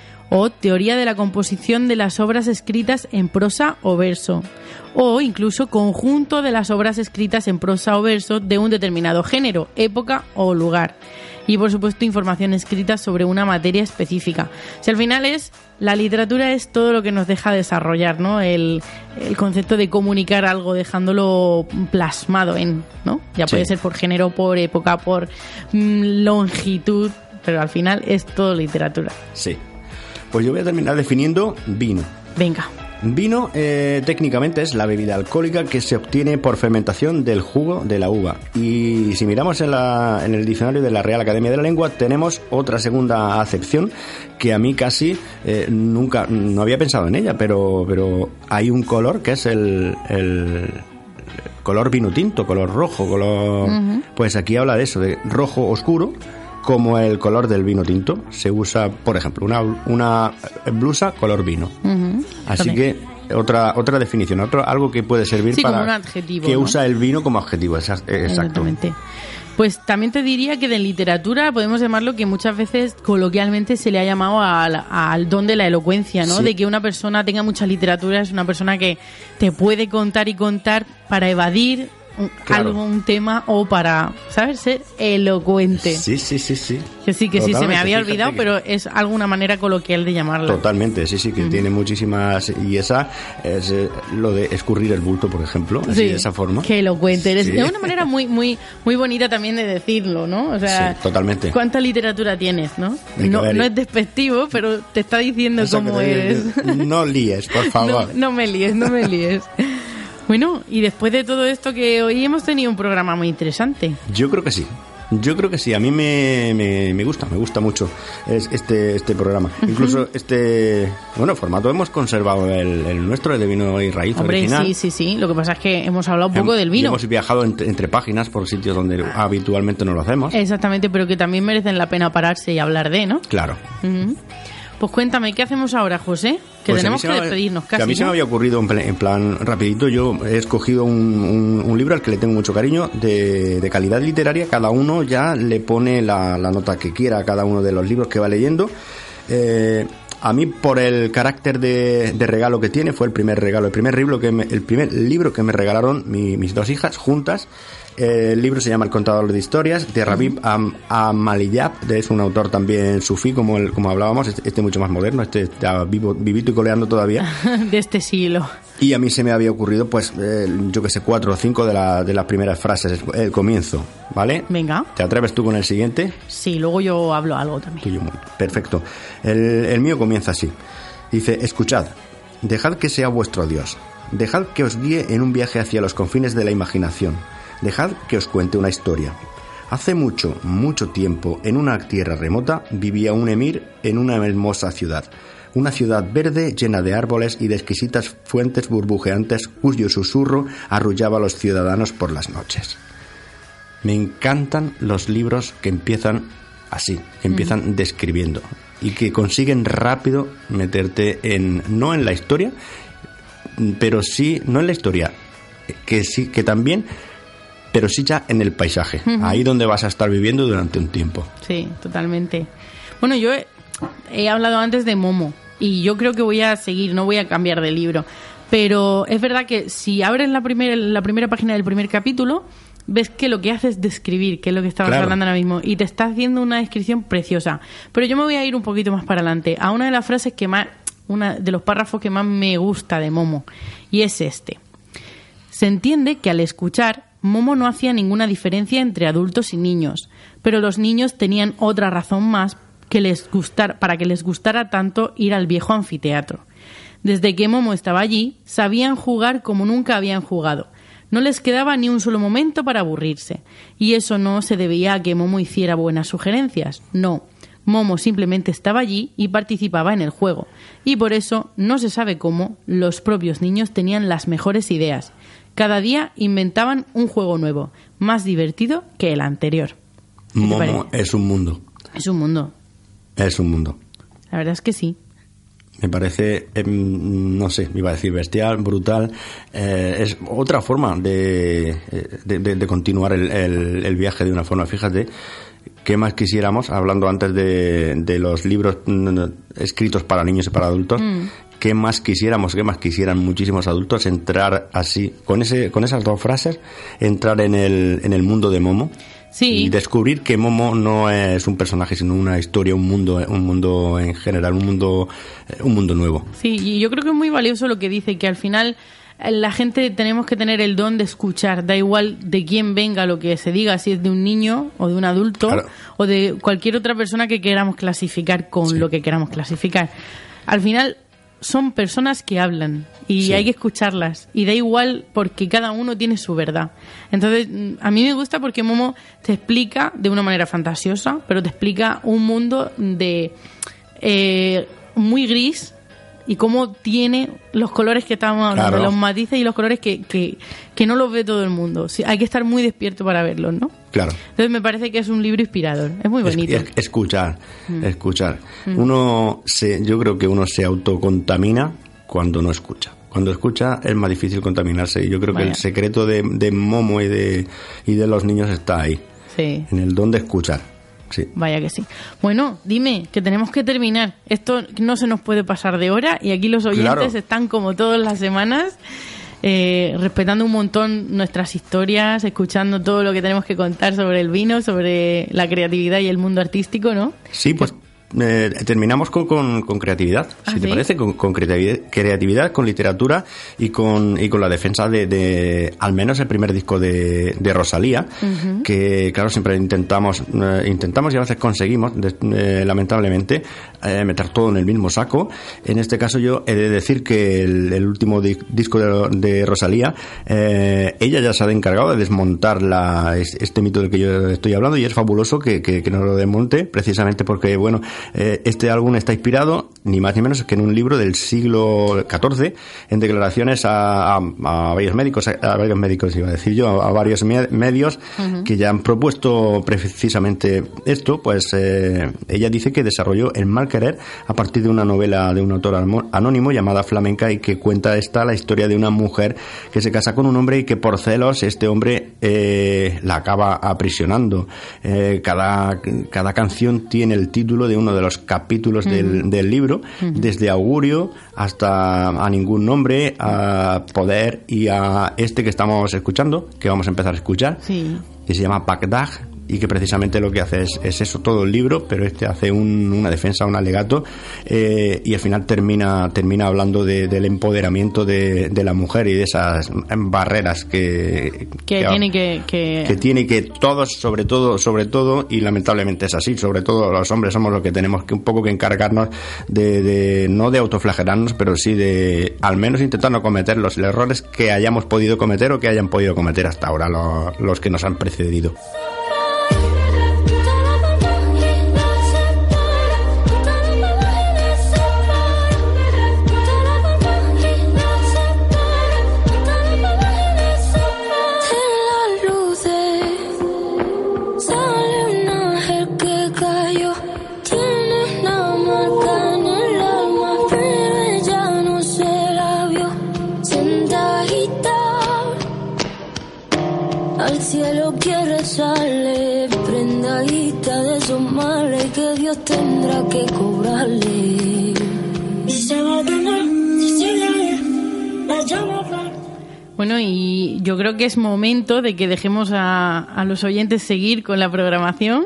o teoría de la composición de las obras escritas en prosa o verso, o incluso conjunto de las obras escritas en prosa o verso de un determinado género, época o lugar. Y por supuesto información escrita sobre una materia específica. Si al final es, la literatura es todo lo que nos deja desarrollar, ¿no? El, el concepto de comunicar algo dejándolo plasmado en, ¿no? Ya puede sí. ser por género, por época, por mmm, longitud, pero al final es todo literatura. Sí. Pues yo voy a terminar definiendo vino. Venga. Vino eh, técnicamente es la bebida alcohólica que se obtiene por fermentación del jugo de la uva. Y si miramos en, la, en el diccionario de la Real Academia de la Lengua, tenemos otra segunda acepción que a mí casi eh, nunca, no había pensado en ella, pero, pero hay un color que es el, el color vino tinto, color rojo, color... Uh-huh. Pues aquí habla de eso, de rojo oscuro, como el color del vino tinto. Se usa, por ejemplo, una, una blusa color vino. Uh-huh. Así También. que otra otra definición, otro algo que puede servir sí, para como un adjetivo, que ¿no? usa el vino como adjetivo. Exacto. Exactamente. Pues también te diría que de literatura podemos llamarlo que muchas veces coloquialmente se le ha llamado al, al don de la elocuencia, ¿no? Sí. De que una persona tenga mucha literatura es una persona que te puede contar y contar para evadir un, Claro. algo, un tema, o para, ¿sabes?, ser elocuente. Sí, sí, sí, sí. Que sí, que sí, se me Totalmente, había fíjate olvidado, que- pero es alguna manera coloquial de llamarla. Totalmente, sí, sí, que tiene muchísimas... Y esa es eh, lo de escurrir el bulto, por ejemplo, así Sí, de esa forma. que elocuente eres. Sí. Es una manera muy muy muy bonita también de decirlo, ¿no? O sea, Sí, totalmente. ¿cuánta literatura tienes, no? Hay que No, ver- no es despectivo, pero te está diciendo Eso cómo que te- eres. No líes, por favor. No, no me líes, no me líes. Bueno, y después de todo esto, que hoy hemos tenido un programa muy interesante. Yo creo que sí. Yo creo que sí, a mí me, me, me gusta, me gusta mucho es- este este programa. Incluso este, bueno, formato hemos conservado el, el nuestro, el de vino y raíz Hombre, original. sí, sí, sí. Lo que pasa es que hemos hablado un poco Hem- del y vino. hemos viajado entre, entre páginas por sitios donde habitualmente no lo hacemos. Exactamente, pero que también merecen la pena pararse y hablar de, ¿no? Claro. Ujú. Pues cuéntame, ¿qué hacemos ahora, José? Que Pues a tenemos mí que se me- despedirnos que casi, a mí se me ¿no? había ocurrido en plan, en plan rapidito. Yo he escogido un, un- un libro al que le tengo mucho cariño, de, de calidad literaria. Cada uno ya le pone la, la nota que quiera a cada uno de los libros que va leyendo. Eh, a mí, por el carácter de, de regalo que tiene, fue el primer regalo, el primer libro que me, el primer libro que me regalaron mi- mis dos hijas juntas. Eh, el libro se llama El contador de historias, de Rabib Am- Amaliyab, es un autor también sufí, como el, como hablábamos, este, este mucho más moderno, este está vivo, vivito y coleando todavía. De este siglo. Y a mí se me había ocurrido, pues, eh, yo que sé, cuatro o cinco de, la, de las primeras frases, el comienzo, ¿vale? Venga. ¿Te atreves tú con el siguiente? Sí, luego yo hablo algo también. Tuyo, muy perfecto. El, el mío comienza así. Dice, escuchad, dejad que sea vuestro Dios, dejad que os guíe en un viaje hacia los confines de la imaginación, dejad que os cuente una historia. Hace mucho, mucho tiempo, en una tierra remota, vivía un emir en una hermosa ciudad. Una ciudad verde llena de árboles y de exquisitas fuentes burbujeantes cuyo susurro arrullaba a los ciudadanos por las noches. Me encantan los libros que empiezan así, que empiezan describiendo y que consiguen rápido meterte en, no en la historia, pero sí, no en la historia, que sí, que también, pero sí ya en el paisaje, ahí donde vas a estar viviendo durante un tiempo. Sí, totalmente. Bueno, yo he, he hablado antes de Momo y yo creo que voy a seguir, no voy a cambiar de libro. Pero es verdad que si abres la primera, la primera página del primer capítulo, ves que lo que hace es describir, que es lo que estabas Claro. hablando ahora mismo, y te está haciendo una descripción preciosa. Pero yo me voy a ir un poquito más para adelante, a una de las frases que más, una de los párrafos que más me gusta de Momo, y es este. Se entiende que al escuchar, Momo no hacía ninguna diferencia entre adultos y niños, pero los niños tenían otra razón más que les gustar, para que les gustara tanto ir al viejo anfiteatro. Desde que Momo estaba allí, sabían jugar como nunca habían jugado. No les quedaba ni un solo momento para aburrirse. Y eso no se debía a que Momo hiciera buenas sugerencias. No. Momo simplemente estaba allí y participaba en el juego. Y por eso, no se sabe cómo, los propios niños tenían las mejores ideas. Cada día inventaban un juego nuevo, más divertido que el anterior. ¿Qué te Momo parece? es un mundo, Es un mundo. es un mundo. La verdad es que sí. Me parece, eh, no sé, iba a decir bestial, brutal. Eh, es otra forma de, de, de- de continuar el, el- el viaje de una forma. Fíjate, ¿qué más quisiéramos, hablando antes de, de los libros mm, escritos para niños y para adultos, qué más quisiéramos, qué más quisieran muchísimos adultos entrar así, con ese con esas dos frases, entrar en el, en el mundo de Momo? Sí. Y descubrir que Momo no es un personaje, sino una historia, un mundo, un mundo en general, un mundo, un mundo nuevo. Sí, y yo creo que es muy valioso lo que dice, que al final eh, la gente tenemos que tener el don de escuchar, da igual de quién venga lo que se diga, si es de un niño o de un adulto, Claro. o de cualquier otra persona que queramos clasificar con Sí. lo que queramos clasificar. Al final son personas que hablan y Sí. hay que escucharlas, y da igual porque cada uno tiene su verdad. Entonces, mm, a mí me gusta porque Momo te explica de una manera fantasiosa, pero te explica un mundo de eh, muy gris, y cómo tiene los colores que estamos hablando, Claro. los matices y los colores que, que, que no los ve todo el mundo. Sí, hay que estar muy despierto para verlos, ¿no? Claro. Entonces me parece que es un libro inspirador, es muy Es- bonito. es- escuchar, Mm. escuchar. Uno se, yo creo que uno se autocontamina cuando no escucha. Cuando escucha es más difícil contaminarse, y yo creo Vaya. que el secreto de, de Momo y de, y de los niños está ahí, Sí. en el don de escuchar. Sí. Vaya que sí. Bueno, dime, que tenemos que terminar. Esto no se nos puede pasar de hora, y aquí los oyentes Claro. están como todas las semanas. eh, respetando un montón nuestras historias, escuchando todo lo que tenemos que contar sobre el vino, sobre la creatividad y el mundo artístico, ¿no? Sí, pues eh, terminamos con, con, con creatividad, ¿Ah, si te sí? parece, con, con creatividad, creatividad, con literatura y con, y con la defensa de, de al menos el primer disco de, de Rosalía, uh-huh. que claro, siempre intentamos, eh, intentamos y a veces conseguimos, de, eh, lamentablemente, eh, meter todo en el mismo saco. En este caso yo he de decir que el, el último di- disco de, de Rosalía, eh, ella ya se ha encargado de desmontar la, este mito del que yo estoy hablando, y es fabuloso que, que, que nos lo desmonte, precisamente porque, bueno, Eh, este álbum está inspirado ni más ni menos que en un libro del siglo catorce, en declaraciones a, a, a varios médicos, a, a varios médicos iba a decir yo, a, a varios me- medios uh-huh. que ya han propuesto precisamente esto. Pues eh, ella dice que desarrolló el mal querer a partir de una novela de un autor anónimo llamada Flamenca, y que cuenta esta la historia de una mujer que se casa con un hombre y que por celos este hombre eh, la acaba aprisionando. Eh, cada, cada canción tiene el título de uno de los capítulos uh-huh. del, del libro, uh-huh. desde Augurio hasta A ningún nombre, a Poder y a este que estamos escuchando, que vamos a empezar a escuchar, sí. que se llama Bagdad, y que precisamente lo que hace es, es eso, todo el libro, pero este hace un, una defensa, un alegato, eh, y al final termina termina hablando de, del empoderamiento de, de la mujer y de esas barreras que que, que tiene que, que que tiene que todos, sobre todo sobre todo y lamentablemente es así, sobre todo los hombres somos los que tenemos que un poco que encargarnos de, de no de autoflagelarnos, pero sí de al menos intentar no cometer los errores que hayamos podido cometer o que hayan podido cometer hasta ahora los, los que nos han precedido. Al cielo quiere sale, prendadita de esos males que Dios tendrá que cobrarle. Y se va a tener, si sigue, la llama. Bueno, y yo creo que es momento de que dejemos a, a los oyentes seguir con la programación,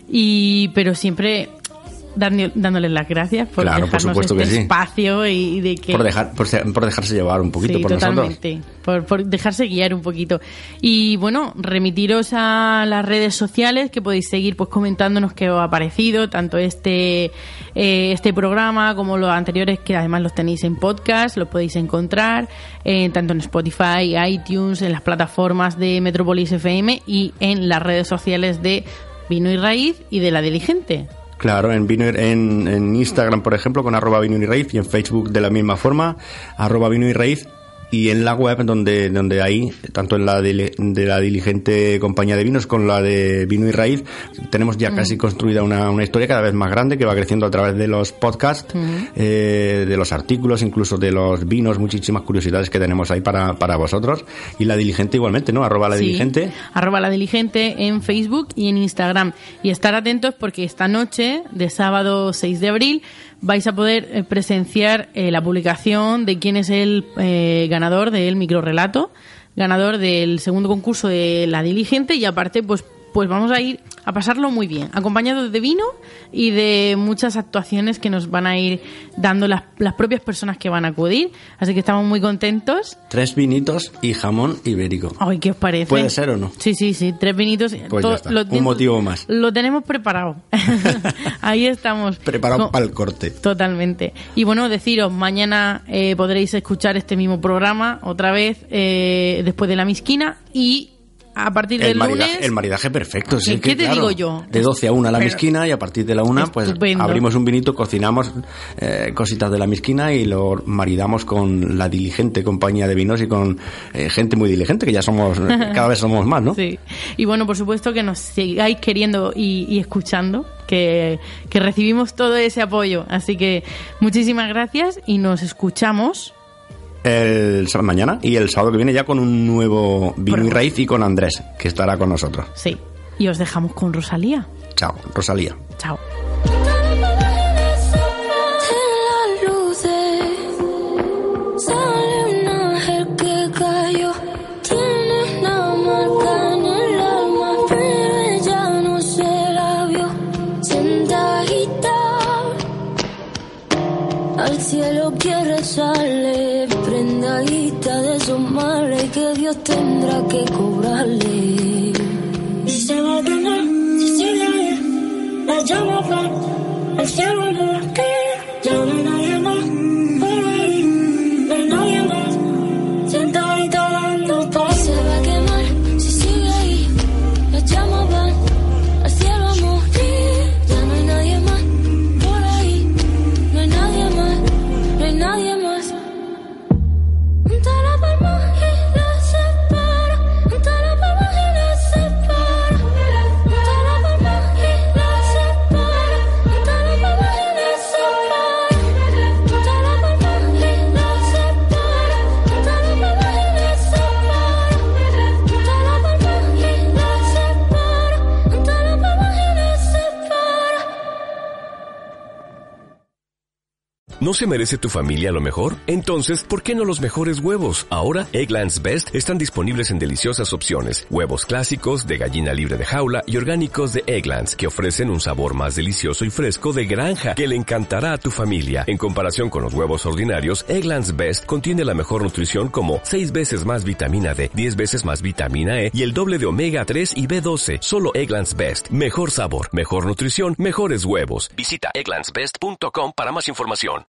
y pero siempre dando, dándoles las gracias por claro, dejarnos por este que sí. espacio y, y de que por dejar por, por dejarse llevar un poquito sí, por totalmente, nosotros. Por, por dejarse guiar un poquito. Y bueno, remitiros a las redes sociales, que podéis seguir pues comentándonos qué os ha parecido, tanto este eh, este programa como los anteriores, que además los tenéis en podcast, los podéis encontrar eh, tanto en Spotify, iTunes, en las plataformas de Metrópolis F M y en las redes sociales de Vino y Raíz y de La Diligente. Claro, en, vino, en, en Instagram, por ejemplo, con arroba vino y raíz, y en Facebook de la misma forma, arroba vino y raíz, y en la web donde donde hay, tanto en la de, de la Diligente Compañía de Vinos con la de Vino y Raíz, tenemos ya mm. casi construida una, una historia cada vez más grande que va creciendo a través de los podcasts, mm. eh, de los artículos, incluso de los vinos, muchísimas curiosidades que tenemos ahí para, para vosotros. Y la Diligente igualmente, ¿no? Arroba la sí, Diligente. Arroba la Diligente en Facebook y en Instagram. Y estar atentos porque esta noche, de sábado seis de abril, vais a poder eh, presenciar eh, la publicación de quién es el eh, ganador del microrrelato, ganador del segundo concurso de La Diligente, y aparte pues pues vamos a ir a pasarlo muy bien, acompañados de vino y de muchas actuaciones que nos van a ir dando las, las propias personas que van a acudir, así que estamos muy contentos. Tres vinitos y jamón ibérico. Ay, ¿qué os parece? ¿Puede ser o no? Sí, sí, sí, tres vinitos. Pues todo, ya está, lo, un motivo más. Lo tenemos preparado. Ahí estamos. Preparado Con, para el corte. Totalmente. Y bueno, deciros, mañana eh, podréis escuchar este mismo programa otra vez eh, después de la misquina, y a partir del el maridaje, lunes... El maridaje perfecto. ¿Qué, sí, ¿qué que, te claro, digo yo? De doce a una la Pero, misquina, y a partir de la una pues estupendo. Abrimos un vinito, cocinamos eh, cositas de la misquina y lo maridamos con La Diligente Compañía de Vinos y con eh, gente muy diligente, que ya somos, cada vez somos más, ¿no? Sí. Y bueno, por supuesto que nos sigáis queriendo y, y escuchando, que, que recibimos todo ese apoyo. Así que muchísimas gracias y nos escuchamos... El mañana y el sábado que viene ya con un nuevo Vino Pero... y Raíz, y con Andrés, que estará con nosotros. Sí, y os dejamos con Rosalía. Chao, Rosalía. Chao. Sale un ángel que ¿No se merece tu familia lo mejor? Entonces, ¿por qué no los mejores huevos? Ahora, Eggland's Best están disponibles en deliciosas opciones. Huevos clásicos, de gallina libre de jaula y orgánicos de Eggland's, que ofrecen un sabor más delicioso y fresco de granja que le encantará a tu familia. En comparación con los huevos ordinarios, Eggland's Best contiene la mejor nutrición como seis veces más vitamina D, diez veces más vitamina E y el doble de omega tres y B doce. Solo Eggland's Best. Mejor sabor, mejor nutrición, mejores huevos. Visita egglands best punto com para más información.